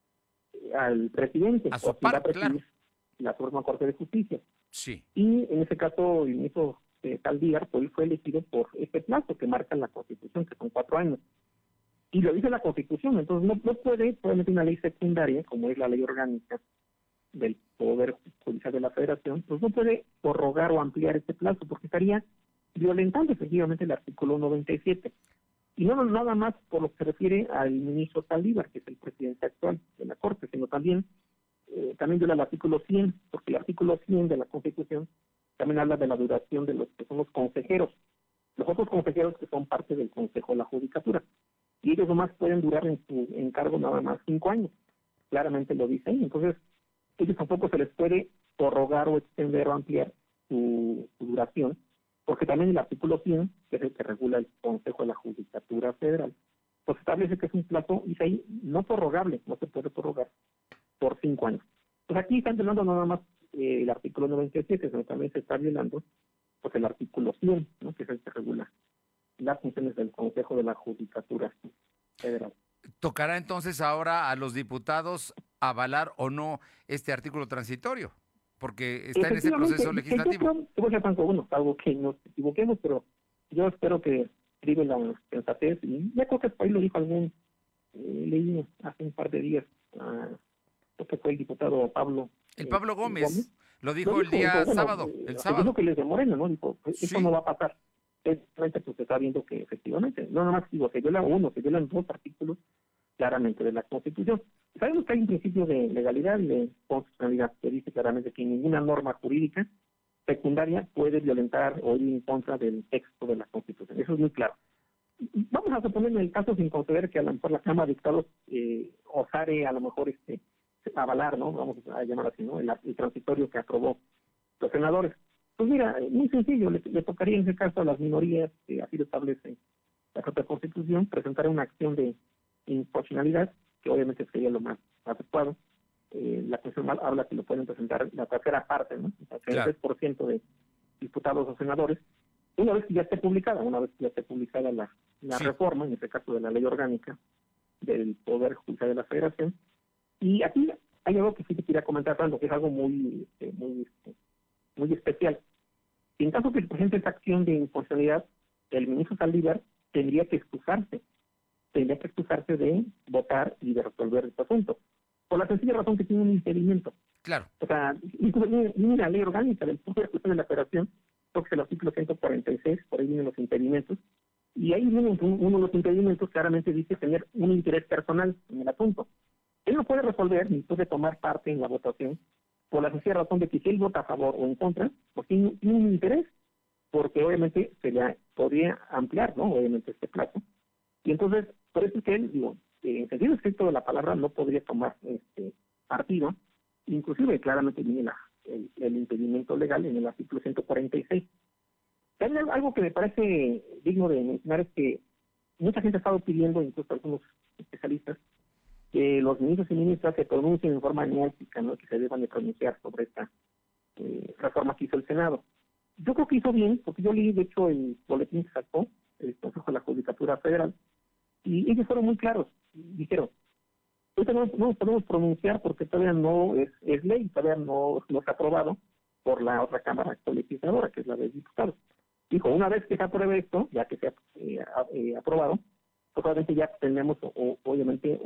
al presidente, a su par, claro, la Suprema Corte de Justicia. Sí. Y en ese caso, el ministro Saldívar fue elegido por este plazo que marca la Constitución, que son 4 años. Y lo dice la Constitución, entonces no puede, probablemente una ley secundaria, como es la ley orgánica del Poder Judicial de la Federación, pues no puede prorrogar o ampliar este plazo, porque estaría violentando efectivamente el artículo 97. Y no nada más por lo que se refiere al ministro Saldívar, que es el presidente actual de la Corte, sino también viola el artículo 100, porque el artículo 100 de la Constitución también habla de la duración de los que son los consejeros, los otros consejeros que son parte del Consejo de la Judicatura, y ellos nomás pueden durar en su encargo nada más 5 años, claramente lo dice ahí. Entonces ellos tampoco se les puede prorrogar o extender o ampliar su duración, porque también el artículo 100, que es el que regula el Consejo de la Judicatura Federal, pues establece que es un plazo, dice ahí, no prorrogable, no se puede prorrogar por 5 años. Pues aquí están violando no nada más el artículo 97, sino también se está violando pues el artículo 100, ¿no? Que es el que regula las funciones del Consejo de la Judicatura Federal. ¿Tocará entonces ahora a los diputados avalar o no este artículo transitorio? Porque está en ese proceso legislativo. Yo voy a ser uno, algo que nos equivoquemos, pero yo espero que prive la sensatez. Y ya creo que ahí lo dijo leí hace un par de días, creo que fue el diputado Pablo. Pablo Gómez, lo dijo el día sábado. El sábado. Dijo que les de Morena, ¿no? Dijo, eso no va a pasar. Realmente pues se está viendo que efectivamente, no nada más digo, se violan 2 artículos claramente de la Constitución. Sabemos que hay un principio de legalidad y de constitucionalidad que dice claramente que ninguna norma jurídica secundaria puede violentar o ir en contra del texto de la Constitución. Eso es muy claro. Vamos a suponer en el caso sin considerar que a lo mejor la Cámara de Diputados osare a lo mejor avalar, ¿no? Vamos a llamar así, ¿no? El transitorio que aprobó los senadores. Pues mira, muy sencillo, le tocaría en ese caso a las minorías, así lo establece la propia Constitución, presentar una acción de inconstitucionalidad, que obviamente sería lo más adecuado. La Constitución habla que lo pueden presentar la tercera parte, ¿no? O sea, el 3% de diputados o senadores, una vez que ya esté publicada, la reforma, en este caso de la ley orgánica del Poder Judicial de la Federación. Y aquí hay algo que sí te quería comentar, Fernando, que es algo muy especial. En caso que se presente esta acción de inconstitucionalidad, el ministro Saldívar tendría que excusarse de votar y de resolver este asunto, por la sencilla razón que tiene un impedimento. Claro. O sea, ni la ley orgánica del Poder Judicial de la Federación, porque el artículo 146, por ahí vienen los impedimentos, y ahí viene uno de los impedimentos, claramente dice tener un interés personal en el asunto. Él no puede resolver ni puede tomar parte en la votación por la sencilla razón de que si él vota a favor o en contra, pues tiene un interés, porque obviamente se le podría ampliar, ¿no? Obviamente este plazo. Y entonces, por eso es que él, en sentido estricto de la palabra, no podría tomar partido, inclusive claramente viene el impedimento legal en el artículo 146. También algo que me parece digno de mencionar es que mucha gente ha estado pidiendo, incluso algunos especialistas, que los ministros y ministras se pronuncien en forma enérgica, ¿no? Que se deban de pronunciar sobre esta reforma que hizo el Senado. Yo creo que hizo bien, porque yo leí, de hecho, el boletín que sacó el Consejo de la Judicatura Federal, y ellos fueron muy claros. Dijeron, ahorita no nos podemos pronunciar porque todavía no es ley, todavía no está aprobado por la otra Cámara Legisladora, que es la de diputados. Dijo, una vez que se apruebe esto, ya que se ha aprobado, pues obviamente ya tenemos obviamente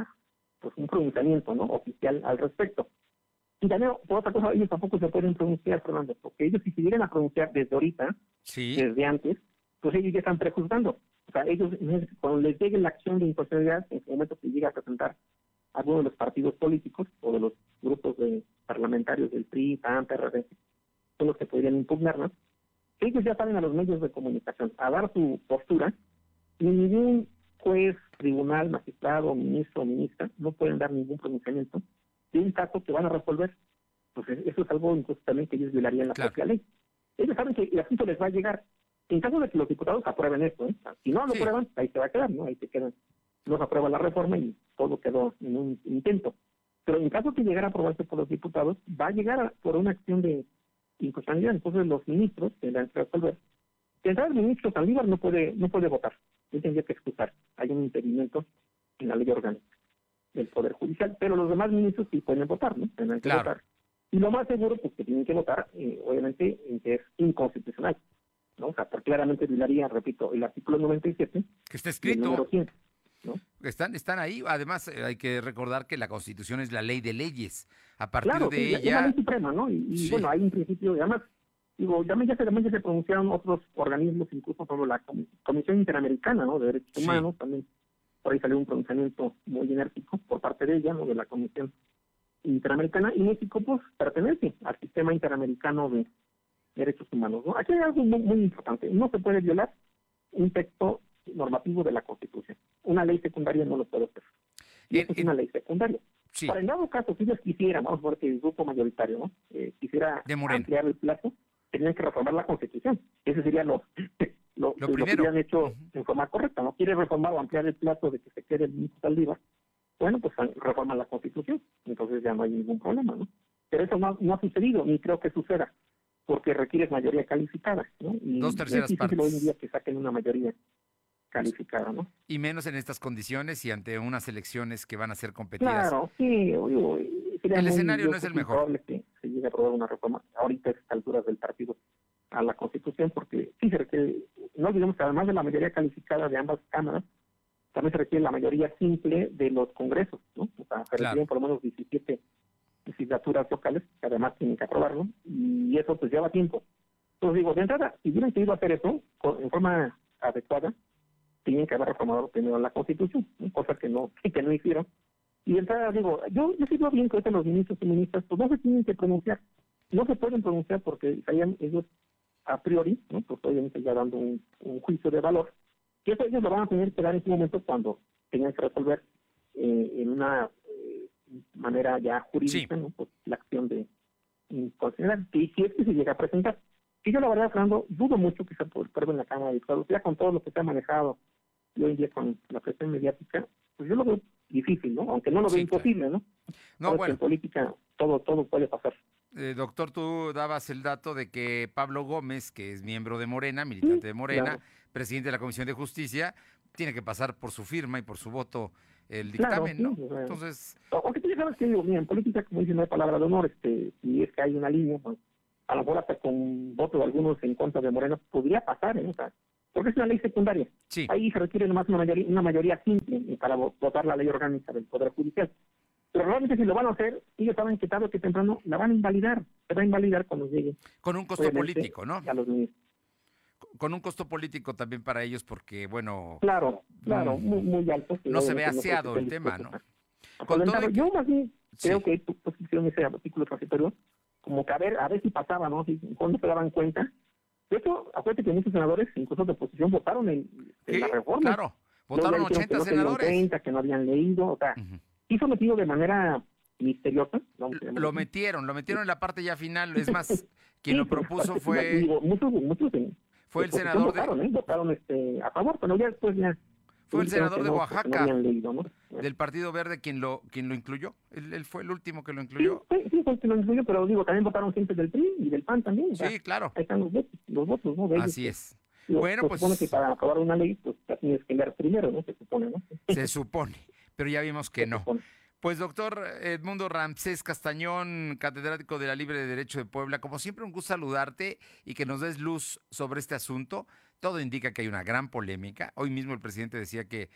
un pronunciamiento, ¿no? Oficial al respecto. Y también, por otra cosa, ellos tampoco se pueden pronunciar, Fernando, porque ellos si se llegan a pronunciar desde ahorita, desde antes, pues ellos ya están prejuzgando. O sea, ellos, cuando les llegue la acción de inconstitucionalidad, en el momento que llega a presentar alguno de los partidos políticos o de los grupos parlamentarios del PRI, PAN, PRD, son los que podrían impugnarlas, ellos ya salen a los medios de comunicación a dar su postura, y ningún juez, tribunal, magistrado, ministro o ministra no pueden dar ningún pronunciamiento de un caso que van a resolver. Pues eso es algo incluso también que ellos violarían la propia ley. Ellos saben que el asunto les va a llegar. En caso de que los diputados aprueben esto, si no lo aprueban, ahí se va a quedar, ¿no? Ahí se quedan. No se aprueba la reforma y todo quedó en un intento. Pero en caso que llegara a aprobarse por los diputados, va a llegar por una acción de inconstitucionalidad. Entonces los ministros tendrán que resolver. El ministro Saldívar no puede votar. Él tendría que excusar. Hay un impedimento en la ley orgánica del Poder Judicial, pero los demás ministros sí pueden votar, ¿no? Tendrán que votar. Y lo más seguro, pues que tienen que votar, obviamente, en que es inconstitucional, ¿no? O sea, porque claramente violaría, repito, el artículo 97. Que está escrito. El número 100, ¿no? Están ahí. Además, hay que recordar que la Constitución es la ley de leyes. A partir de ella... Es la ley suprema, ¿no? Y bueno, hay un principio, además, también ya se pronunciaron otros organismos, incluso como la Comisión Interamericana, ¿no? De Derechos Humanos, también por ahí salió un pronunciamiento muy enérgico por parte de ella, ¿no? De la Comisión Interamericana, y México, pues, pertenece al Sistema Interamericano de Derechos Humanos, ¿no? Aquí hay algo muy importante. No se puede violar un texto normativo de la Constitución. Una ley secundaria no lo puede hacer. Y esto es una ley secundaria. Para el dado caso, si ellos quisieran, vamos a ver que el grupo mayoritario, ¿no? Quisiera ampliar el plazo, tendrían que reformar la Constitución. Ese sería lo primero que han hecho en forma correcta. No quiere reformar o ampliar el plazo de que se quede el ministro Saldívar. Bueno, pues reforman la Constitución. Entonces ya no hay ningún problema, ¿no? Pero eso no ha sucedido, ni creo que suceda, porque requiere mayoría calificada, ¿no? Y 2/3 partes. Hoy en día que saquen una mayoría calificada, ¿no? Y menos en estas condiciones y ante unas elecciones que van a ser competidas. Claro, sí. El escenario no es el mejor. Que se llegue a aprobar una reforma ahorita a estas alturas del partido a la Constitución, porque sí se requiere, no olvidemos que además de la mayoría calificada de ambas cámaras, también se requiere la mayoría simple de los congresos, ¿no? O sea, se requieren por lo menos 17 legislaturas locales, que además tienen que aprobarlo, y eso pues lleva tiempo. Entonces digo, de entrada, si hubieran querido hacer eso en forma adecuada, tienen que haber reformado primero la Constitución, ¿no? Cosa que no hicieron. Y de entrada digo, yo sí veo bien que ahorita los ministros y ministras pues no se tienen que pronunciar, no se pueden pronunciar porque estarían ellos a priori, ¿no? Pues obviamente ya dando un juicio de valor, que eso ellos lo van a tener que dar en su momento cuando tengan que resolver en una de manera ya jurídica, ¿no? Pues la acción de inconstitucionalidad, y si es que se llega a presentar. Y yo la verdad, Fernando, dudo mucho que se pruebe en la Cámara de Diputados, ya con todo lo que se ha manejado y hoy en día con la presión mediática, pues yo lo veo difícil, ¿no? Aunque no lo veo imposible, ¿no? No, bueno. En política todo puede pasar. Doctor, tú dabas el dato de que Pablo Gómez, que es miembro de Morena, militante de Morena, claro, presidente de la Comisión de Justicia, tiene que pasar por su firma y por su voto el dictamen, claro, ¿no? Sí, o sea, Entonces... Aunque tú ya sabes que digo, mira, en política, como dicen, no hay palabra de honor, si es que hay una línea, pues a lo mejor hasta con voto de algunos en contra de Morena podría pasar, ¿eh? O sea, porque es una ley secundaria. Sí. Ahí se requiere nomás una mayoría simple para votar la ley orgánica del Poder Judicial. Pero realmente si lo van a hacer, ellos saben que tarde o que temprano la van a invalidar. Se va a invalidar cuando llegue. Con un costo político, ¿no? A los ministros. Con un costo político también para ellos porque, bueno... Claro, muy alto. No se ve aseado el tema, ¿no? Yo más bien creo que tu posición, ese artículo transitorio, como que a ver si pasaba, ¿no? Si cuando se daban cuenta. De hecho, acuérdate que muchos senadores, incluso de oposición, votaron en la reforma. Claro, votaron 80 senadores. 30, que no habían leído, o sea, sí fue metido de manera misteriosa. Lo metieron en la parte ya final. Es más, quien lo propuso fue... Muchos fue el senador votaron a favor, pero ya después ya... Fue el senador de Oaxaca, no leído, ¿no? del Partido Verde, quien lo incluyó. Él fue el último que lo incluyó. Sí, fue el que lo incluyó, pero digo, también votaron gente del PRI y del PAN también. O sea, sí, claro. Ahí están los votos, ¿no? Así es. Bueno, pues... Se supone que para aprobar una ley, pues ya tienes que leer primero, ¿no? Se supone, ¿no? Se supone, pero ya vimos que no. Pues doctor Edmundo Ramsés Castañón, catedrático de la Libre de Derecho de Puebla, como siempre un gusto saludarte y que nos des luz sobre este asunto. Todo indica que hay una gran polémica. Hoy mismo el presidente decía que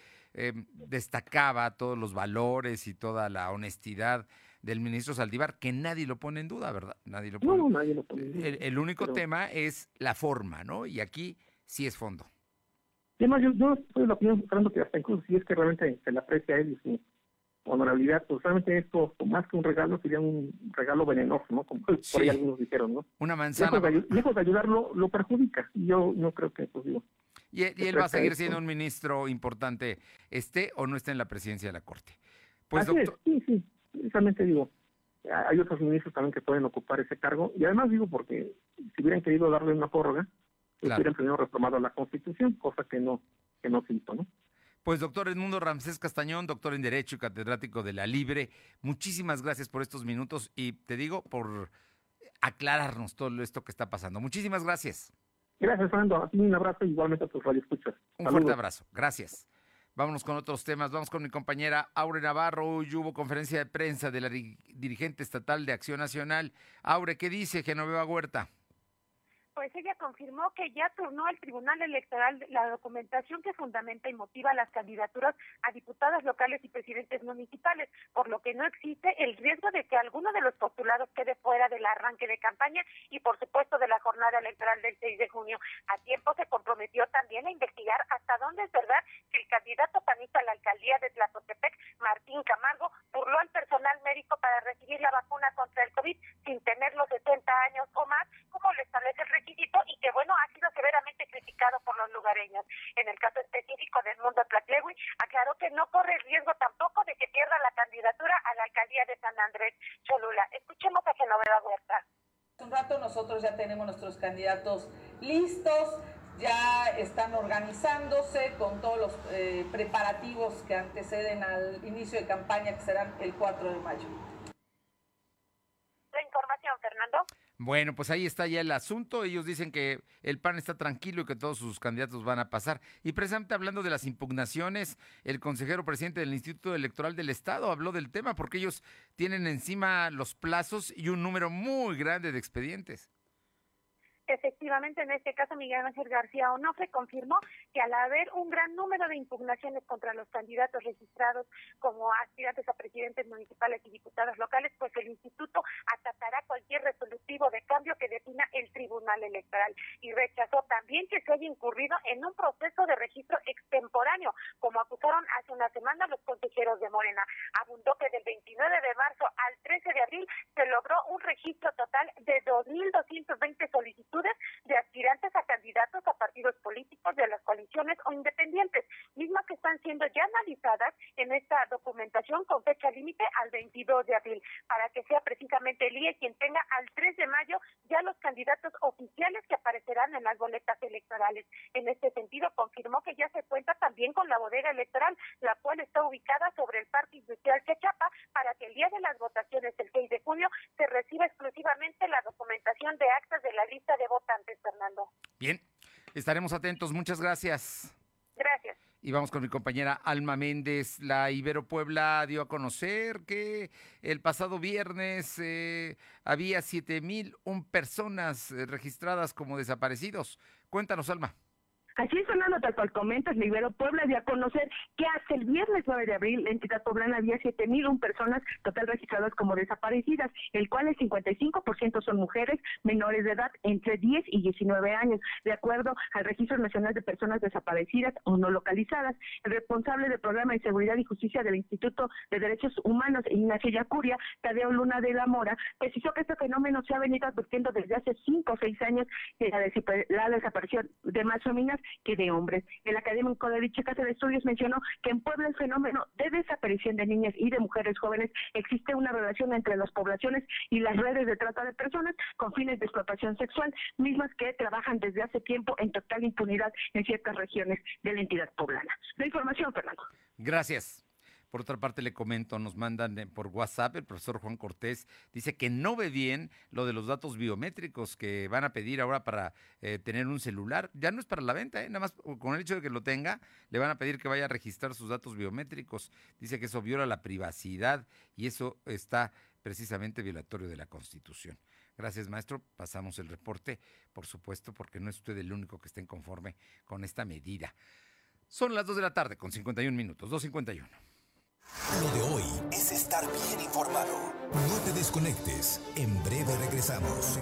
destacaba todos los valores y toda la honestidad del ministro Saldívar, que nadie lo pone en duda, ¿verdad? Nadie lo pone. No, nadie lo pone en duda. El único tema es la forma, ¿no? Y aquí sí es fondo. Además, yo estoy de la opinión, Fernando, que hasta incluso si es que realmente se le aprecia a él y su honorabilidad, pues realmente esto, más que un regalo, sería un regalo venenoso, ¿no? Como por ahí algunos dijeron, ¿no? Una manzana. Lejos de ayudarlo, lo perjudica. Yo no creo que, pues digo... Y él va a seguir siendo un ministro importante, esté o no esté en la presidencia de la Corte. Pues, así doctor... Sí, realmente digo, hay otros ministros también que pueden ocupar ese cargo, y además digo porque si hubieran querido darle una prórroga, hubieran primero reformado la Constitución, cosa que no se hizo, ¿no? Pues doctor Edmundo Ramsés Castañón, doctor en Derecho y catedrático de la Libre, muchísimas gracias por estos minutos y te digo por aclararnos todo esto que está pasando. Muchísimas gracias. Gracias, Fernando. A ti un abrazo, igualmente a tus radioescuchas. Un fuerte abrazo. Gracias. Vámonos con otros temas. Vamos con mi compañera Aure Navarro. Hoy hubo conferencia de prensa de la dirigente estatal de Acción Nacional. Aure, ¿qué dice Genoveva Huerta? Pues ella confirmó que ya turnó al Tribunal Electoral la documentación que fundamenta y motiva las candidaturas a diputadas locales y presidentes municipales, por lo que no existe el riesgo de que alguno de los postulados quede fuera del arranque de campaña y, por supuesto, de la jornada electoral del 6 de junio. A tiempo se comprometió también a investigar hasta dónde es verdad que el candidato panista a la alcaldía de Tlazotepec, Martín Camargo, burló al personal médico para recibir la vacuna contra el COVID sin tener los 60 años o más, como lo establece el requisito, y que, bueno, ha sido severamente criticado por los lugareños. En el caso específico de Edmundo Tlaxlegui, aclaró que no corre el riesgo tampoco de que pierda la candidatura a la alcaldía de San Andrés Cholula. Escuchemos a Genoveva Huerta. Hace un rato nosotros ya tenemos nuestros candidatos listos, ya están organizándose con todos los preparativos que anteceden al inicio de campaña, que serán el 4 de mayo. La información, Fernando. Bueno, pues ahí está ya el asunto. Ellos dicen que el PAN está tranquilo y que todos sus candidatos van a pasar. Y precisamente hablando de las impugnaciones, el consejero presidente del Instituto Electoral del Estado habló del tema porque ellos tienen encima los plazos y un número muy grande de expedientes. Efectivamente, en este caso, Miguel Ángel García Onofre confirmó que al haber un gran número de impugnaciones contra los candidatos registrados como aspirantes a presidentes municipales y diputados locales, pues el instituto acatará cualquier resolutivo de cambio que defina el Tribunal Electoral, y rechazó también que se haya incurrido en un proceso de registro extemporáneo, como acusaron hace una semana los consejeros de Morena. Abundó que del 29 de marzo al 13 de abril se logró un registro total de 2.220 solicitudes de aspirantes a candidatos a partidos políticos de las coaliciones o independientes, mismas que están están siendo ya analizadas en esta documentación con fecha límite al 22 de abril, para que sea precisamente el IE quien tenga al 3 de mayo ya los candidatos oficiales que aparecerán en las boletas electorales. En este sentido, confirmó que ya se cuenta también con la bodega electoral, la cual está ubicada sobre el Parque Industrial Chechapa, para que el día de las votaciones, el 6 de junio, se reciba exclusivamente la documentación de actas de la lista de votantes, Fernando. Bien, estaremos atentos. Muchas gracias. Gracias. Y vamos con mi compañera Alma Méndez. La Ibero Puebla dio a conocer que el pasado viernes había 7,001 personas registradas como desaparecidos. Cuéntanos, Alma. Así es, Fernando, tal cual comentas, la Ibero Puebla dio a conocer que hasta el viernes 9 de abril la entidad poblana había 7,001 personas total registradas como desaparecidas, el cual el 55% son mujeres menores de edad entre 10 y 19 años, de acuerdo al Registro Nacional de Personas Desaparecidas o No Localizadas. El responsable del Programa de Seguridad y Justicia del Instituto de Derechos Humanos, Ignacio Yacuria, Tadeo Luna de la Mora, precisó que este fenómeno se ha venido advirtiendo desde hace 5 o 6 años, que la desaparición de más féminas que de hombres. El académico de dicha casa de estudios mencionó que en Puebla el fenómeno de desaparición de niñas y de mujeres jóvenes existe una relación entre las poblaciones y las redes de trata de personas con fines de explotación sexual, mismas que trabajan desde hace tiempo en total impunidad en ciertas regiones de la entidad poblana. La información, Fernando. Gracias. Por otra parte, le comento, nos mandan por WhatsApp, el profesor Juan Cortés dice que no ve bien lo de los datos biométricos que van a pedir ahora para tener un celular. Ya no es para la venta, nada más con el hecho de que lo tenga, le van a pedir que vaya a registrar sus datos biométricos. Dice que eso viola la privacidad y eso está precisamente violatorio de la Constitución. Gracias, maestro. Pasamos el reporte, por supuesto, porque no es usted el único que esté inconforme con esta medida. Son las 2 de la tarde con 51 minutos, 2:51. Lo de hoy es estar bien informado. No te desconectes. En breve regresamos.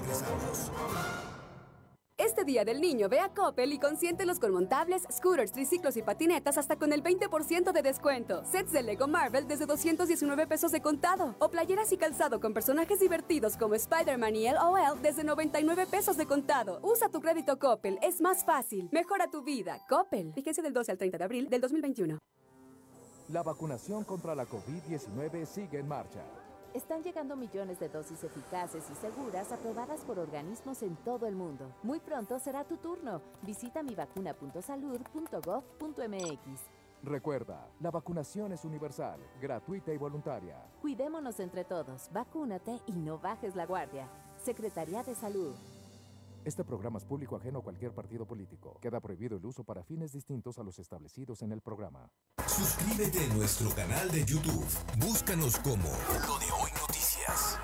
Este Día del Niño ve a Coppel y consiéntelos con montables, scooters, triciclos y patinetas hasta con el 20% de descuento. Sets de Lego Marvel desde 219 pesos de contado. O playeras y calzado con personajes divertidos como Spider-Man y LOL desde 99 pesos de contado. Usa tu crédito Coppel, es más fácil. Mejora tu vida. Coppel. Vigencia del 12 al 30 de abril del 2021. La vacunación contra la COVID-19 sigue en marcha. Están llegando millones de dosis eficaces y seguras aprobadas por organismos en todo el mundo. Muy pronto será tu turno. Visita mivacuna.salud.gov.mx. Recuerda, la vacunación es universal, gratuita y voluntaria. Cuidémonos entre todos, vacúnate y no bajes la guardia. Secretaría de Salud. Este programa es público ajeno a cualquier partido político. Queda prohibido el uso para fines distintos a los establecidos en el programa. Suscríbete a nuestro canal de YouTube. Búscanos como Lo de Hoy Noticias.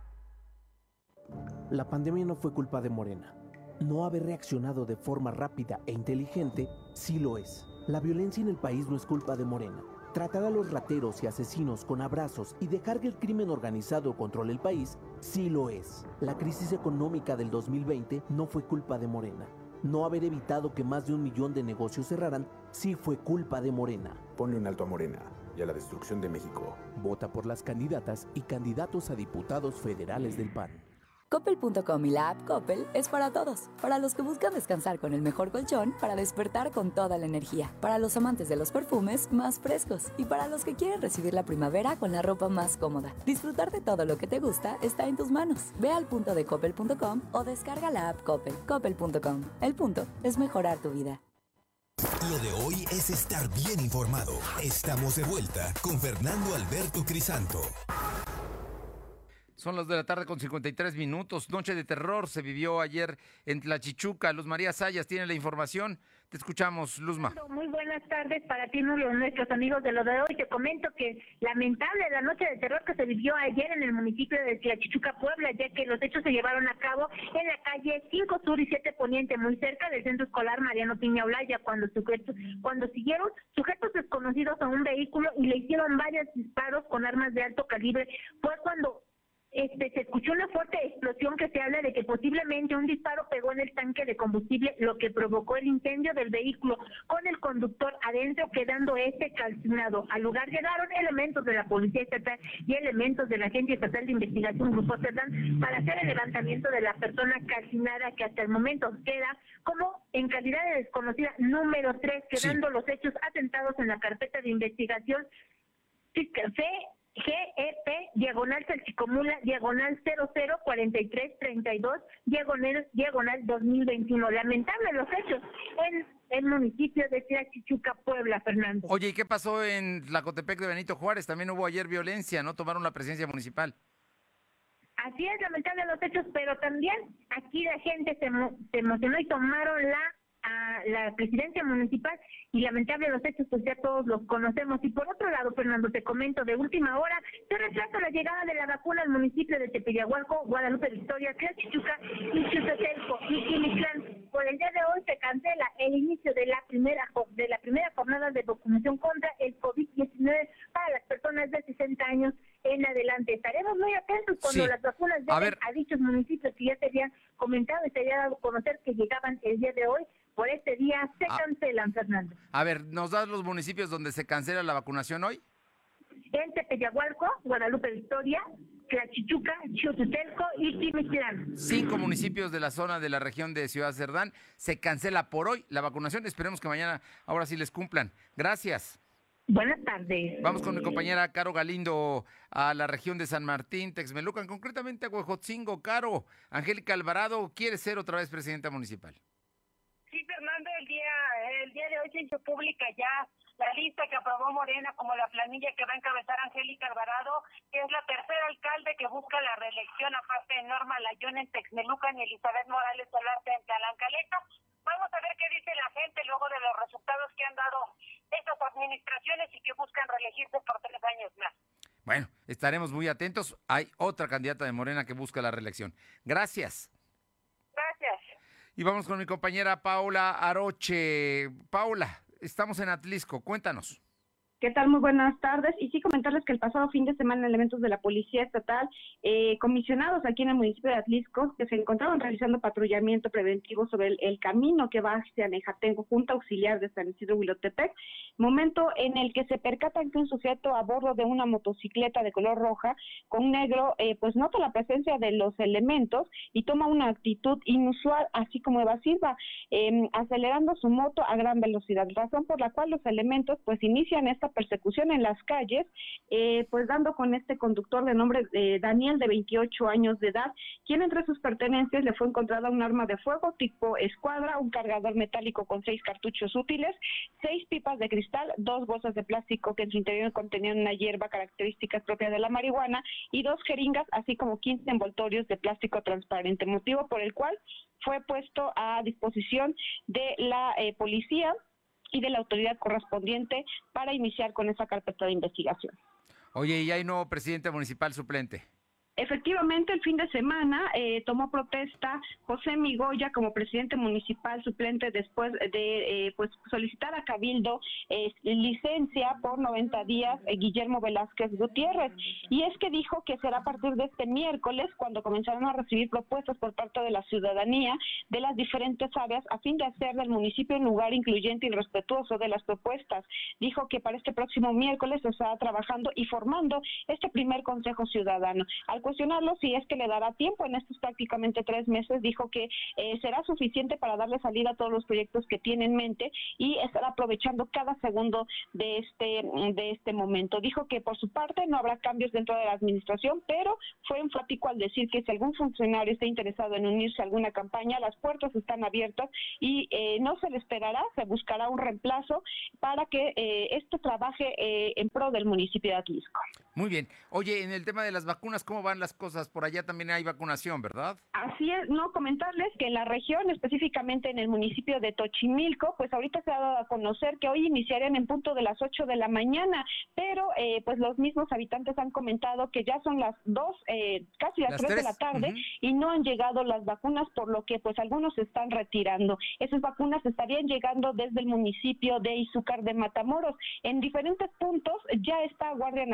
La pandemia no fue culpa de Morena. No haber reaccionado de forma rápida e inteligente sí lo es. La violencia en el país no es culpa de Morena. Tratar a los rateros y asesinos con abrazos y dejar que el crimen organizado controle el país, sí lo es. La crisis económica del 2020 no fue culpa de Morena. No haber evitado que más de 1 millón de negocios cerraran, sí fue culpa de Morena. Ponle un alto a Morena y a la destrucción de México. Vota por las candidatas y candidatos a diputados federales del PAN. Coppel.com y la app Coppel es para todos. Para los que buscan descansar con el mejor colchón, para despertar con toda la energía. Para los amantes de los perfumes más frescos. Y para los que quieren recibir la primavera con la ropa más cómoda. Disfrutar de todo lo que te gusta está en tus manos. Ve al punto de Coppel.com o descarga la app Coppel. Coppel.com. El punto es mejorar tu vida. Lo de hoy es estar bien informado. Estamos de vuelta con Fernando Alberto Crisanto. Son las de la tarde con 53 minutos. Noche de terror se vivió ayer en Tlachichuca. Luz María Sayas tiene la información. Te escuchamos, Luzma. Muy buenas tardes para ti, uno de nuestros amigos de Lo de Hoy. Te comento que lamentable la noche de terror que se vivió ayer en el municipio de Tlachichuca, Puebla, ya que los hechos se llevaron a cabo en la calle 5 Sur y 7 Poniente, muy cerca del centro escolar Mariano Piña Olaya, cuando siguieron sujetos desconocidos a un vehículo y le hicieron varios disparos con armas de alto calibre. Fue cuando se escuchó una fuerte explosión que se habla de que posiblemente un disparo pegó en el tanque de combustible, lo que provocó el incendio del vehículo con el conductor adentro, quedando calcinado. Al lugar llegaron elementos de la Policía Estatal y elementos de la Agencia Estatal de Investigación Grupo Cerdán para hacer el levantamiento de la persona calcinada, que hasta el momento queda como en calidad de desconocida número 3, quedando los hechos atentados en la carpeta de investigación GEP, diagonal Salchicomula, diagonal 004332, diagonal 2021. Lamentable los hechos en el municipio de Tlachichuca, Puebla, Fernando. Oye, ¿y qué pasó en Tlacotepec de Benito Juárez? También hubo ayer violencia, ¿no? Tomaron la presidencia municipal. Así es, lamentable los hechos, pero también aquí la gente se emocionó y tomaron la presidencia municipal, y lamentable los hechos, pues ya todos los conocemos. Y por otro lado, Fernando, te comento, de última hora se retrasa la llegada de la vacuna al municipio de Tepeyagualco, Guadalupe Victoria, Tlachichuca y Chutetelco y Quimitlán. Por el día de hoy se cancela el inicio de la primera jornada de vacunación contra el COVID-19 para las personas de 60 años en adelante. Estaremos muy atentos cuando las vacunas lleguen a dichos municipios que ya se habían comentado y se había dado a conocer que llegaban el día de hoy. Por este día se cancelan, Fernando. A ver, ¿nos das los municipios donde se cancela la vacunación hoy? En Tepeyagualco, Guadalupe Victoria, Tlachichuca, Chutetelco y Quimitlán. 5 municipios de la zona de la región de Ciudad Cerdán. Se cancela por hoy la vacunación. Esperemos que mañana ahora sí les cumplan. Gracias. Buenas tardes. Vamos con mi compañera Caro Galindo a la región de San Martín, Texmelucan, concretamente a Huejotzingo. Caro, Angélica Alvarado quiere ser otra vez presidenta municipal. Sí, Fernando, el día de hoy se hizo pública ya la lista que aprobó Morena como la planilla que va a encabezar Angélica Alvarado, que es la tercera alcalde que busca la reelección, aparte de Norma Layón en Texmelucan y Elizabeth Morales Solarte en Tlancaleca. Vamos a ver qué dice la gente luego de los resultados que han dado estas administraciones y que buscan reelegirse por 3 años más. Bueno, estaremos muy atentos. Hay otra candidata de Morena que busca la reelección. Gracias. Gracias. Y vamos con mi compañera Paula Aroche. Paula, estamos en Atlisco, cuéntanos. ¿Qué tal? Muy buenas tardes. Y sí, comentarles que el pasado fin de semana elementos de la Policía Estatal, comisionados aquí en el municipio de Atlisco, que se encontraban realizando patrullamiento preventivo sobre el camino que va hacia Nejatengo, Junta Auxiliar de San Isidro Huilotepec, momento en el que se percatan que un sujeto a bordo de una motocicleta de color roja con negro, pues nota la presencia de los elementos y toma una actitud inusual, así como evasiva, acelerando su moto a gran velocidad, razón por la cual los elementos pues inician esta persecución en las calles, pues dando con este conductor de nombre Daniel, de 28 años de edad, quien entre sus pertenencias le fue encontrada un arma de fuego tipo escuadra, un cargador metálico con 6 cartuchos útiles, 6 pipas de cristal, 2 bolsas de plástico que en su interior contenían una hierba características propias de la marihuana y 2 jeringas, así como 15 envoltorios de plástico transparente, motivo por el cual fue puesto a disposición de la policía y de la autoridad correspondiente para iniciar con esa carpeta de investigación. Oye, ¿y hay nuevo presidente municipal suplente? Efectivamente, el fin de semana tomó protesta José Migoya como presidente municipal suplente después de pues solicitar a Cabildo licencia por 90 días Guillermo Velázquez Gutiérrez. Y es que dijo que será a partir de este miércoles cuando comenzaron a recibir propuestas por parte de la ciudadanía de las diferentes áreas a fin de hacer del municipio un lugar incluyente y respetuoso de las propuestas. Dijo que para este próximo miércoles se estará trabajando y formando este primer consejo ciudadano. Al cuestionarlo si es que le dará tiempo en estos prácticamente 3 meses, dijo que será suficiente para darle salida a todos los proyectos que tiene en mente y estará aprovechando cada segundo de este momento. Dijo que por su parte no habrá cambios dentro de la administración, pero fue enfático al decir que si algún funcionario está interesado en unirse a alguna campaña, las puertas están abiertas y no se le esperará, se buscará un reemplazo para que esto trabaje en pro del municipio de Atlisco. Muy bien. Oye, en el tema de las vacunas, ¿cómo van las cosas? Por allá también hay vacunación, ¿verdad? Así es, no, comentarles que en la región, específicamente en el municipio de Tochimilco, pues ahorita se ha dado a conocer que hoy iniciarían en punto de las 8 de la mañana, pero pues los mismos habitantes han comentado que ya son las 2, casi las 3 de la tarde, y no han llegado las vacunas, por lo que pues algunos se están retirando. Esas vacunas estarían llegando desde el municipio de Izúcar de Matamoros. En diferentes puntos ya está Guardia Nacional,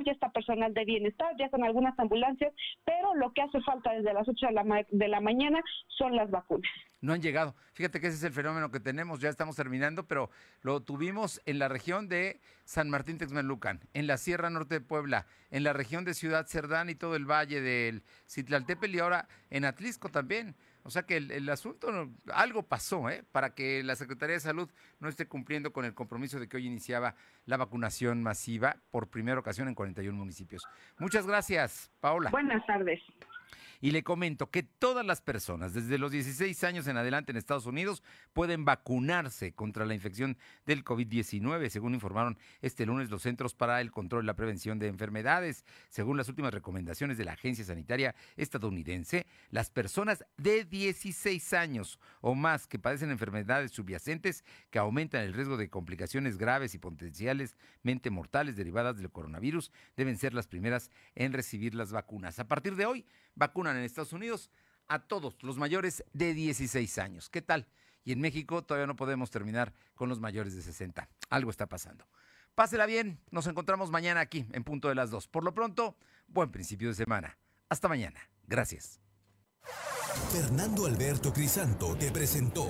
ya está personal de bienestar, ya están algunas ambulancias, pero lo que hace falta desde las 8 de la mañana son las vacunas. No han llegado. Fíjate que ese es el fenómeno que tenemos, ya estamos terminando, pero lo tuvimos en la región de San Martín Texmelucan, en la Sierra Norte de Puebla, en la región de Ciudad Cerdán y todo el valle del Citlaltépetl y ahora en Atlisco también. O sea que el asunto, algo pasó, para que la Secretaría de Salud no esté cumpliendo con el compromiso de que hoy iniciaba la vacunación masiva por primera ocasión en 41 municipios. Muchas gracias, Paola. Buenas tardes. Y le comento que todas las personas desde los 16 años en adelante en Estados Unidos pueden vacunarse contra la infección del COVID-19, según informaron este lunes los Centros para el Control y la Prevención de Enfermedades. Según las últimas recomendaciones de la Agencia Sanitaria estadounidense, las personas de 16 años o más que padecen enfermedades subyacentes que aumentan el riesgo de complicaciones graves y potencialmente mortales derivadas del coronavirus deben ser las primeras en recibir las vacunas. A partir de hoy, vacunan en Estados Unidos a todos los mayores de 16 años. ¿Qué tal? Y en México todavía no podemos terminar con los mayores de 60. Algo está pasando. Pásela bien. Nos encontramos mañana aquí en punto de las 2. Por lo pronto, buen principio de semana. Hasta mañana. Gracias. Fernando Alberto Crisanto te presentó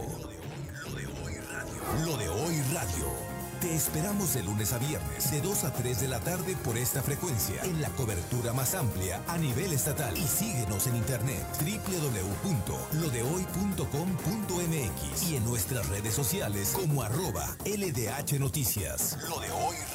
Lo de Hoy Radio. Te esperamos de lunes a viernes, de 2 a 3 de la tarde por esta frecuencia, en la cobertura más amplia a nivel estatal. Y síguenos en internet, www.lodehoy.com.mx y en nuestras redes sociales como @LDH Noticias. Lo de Hoy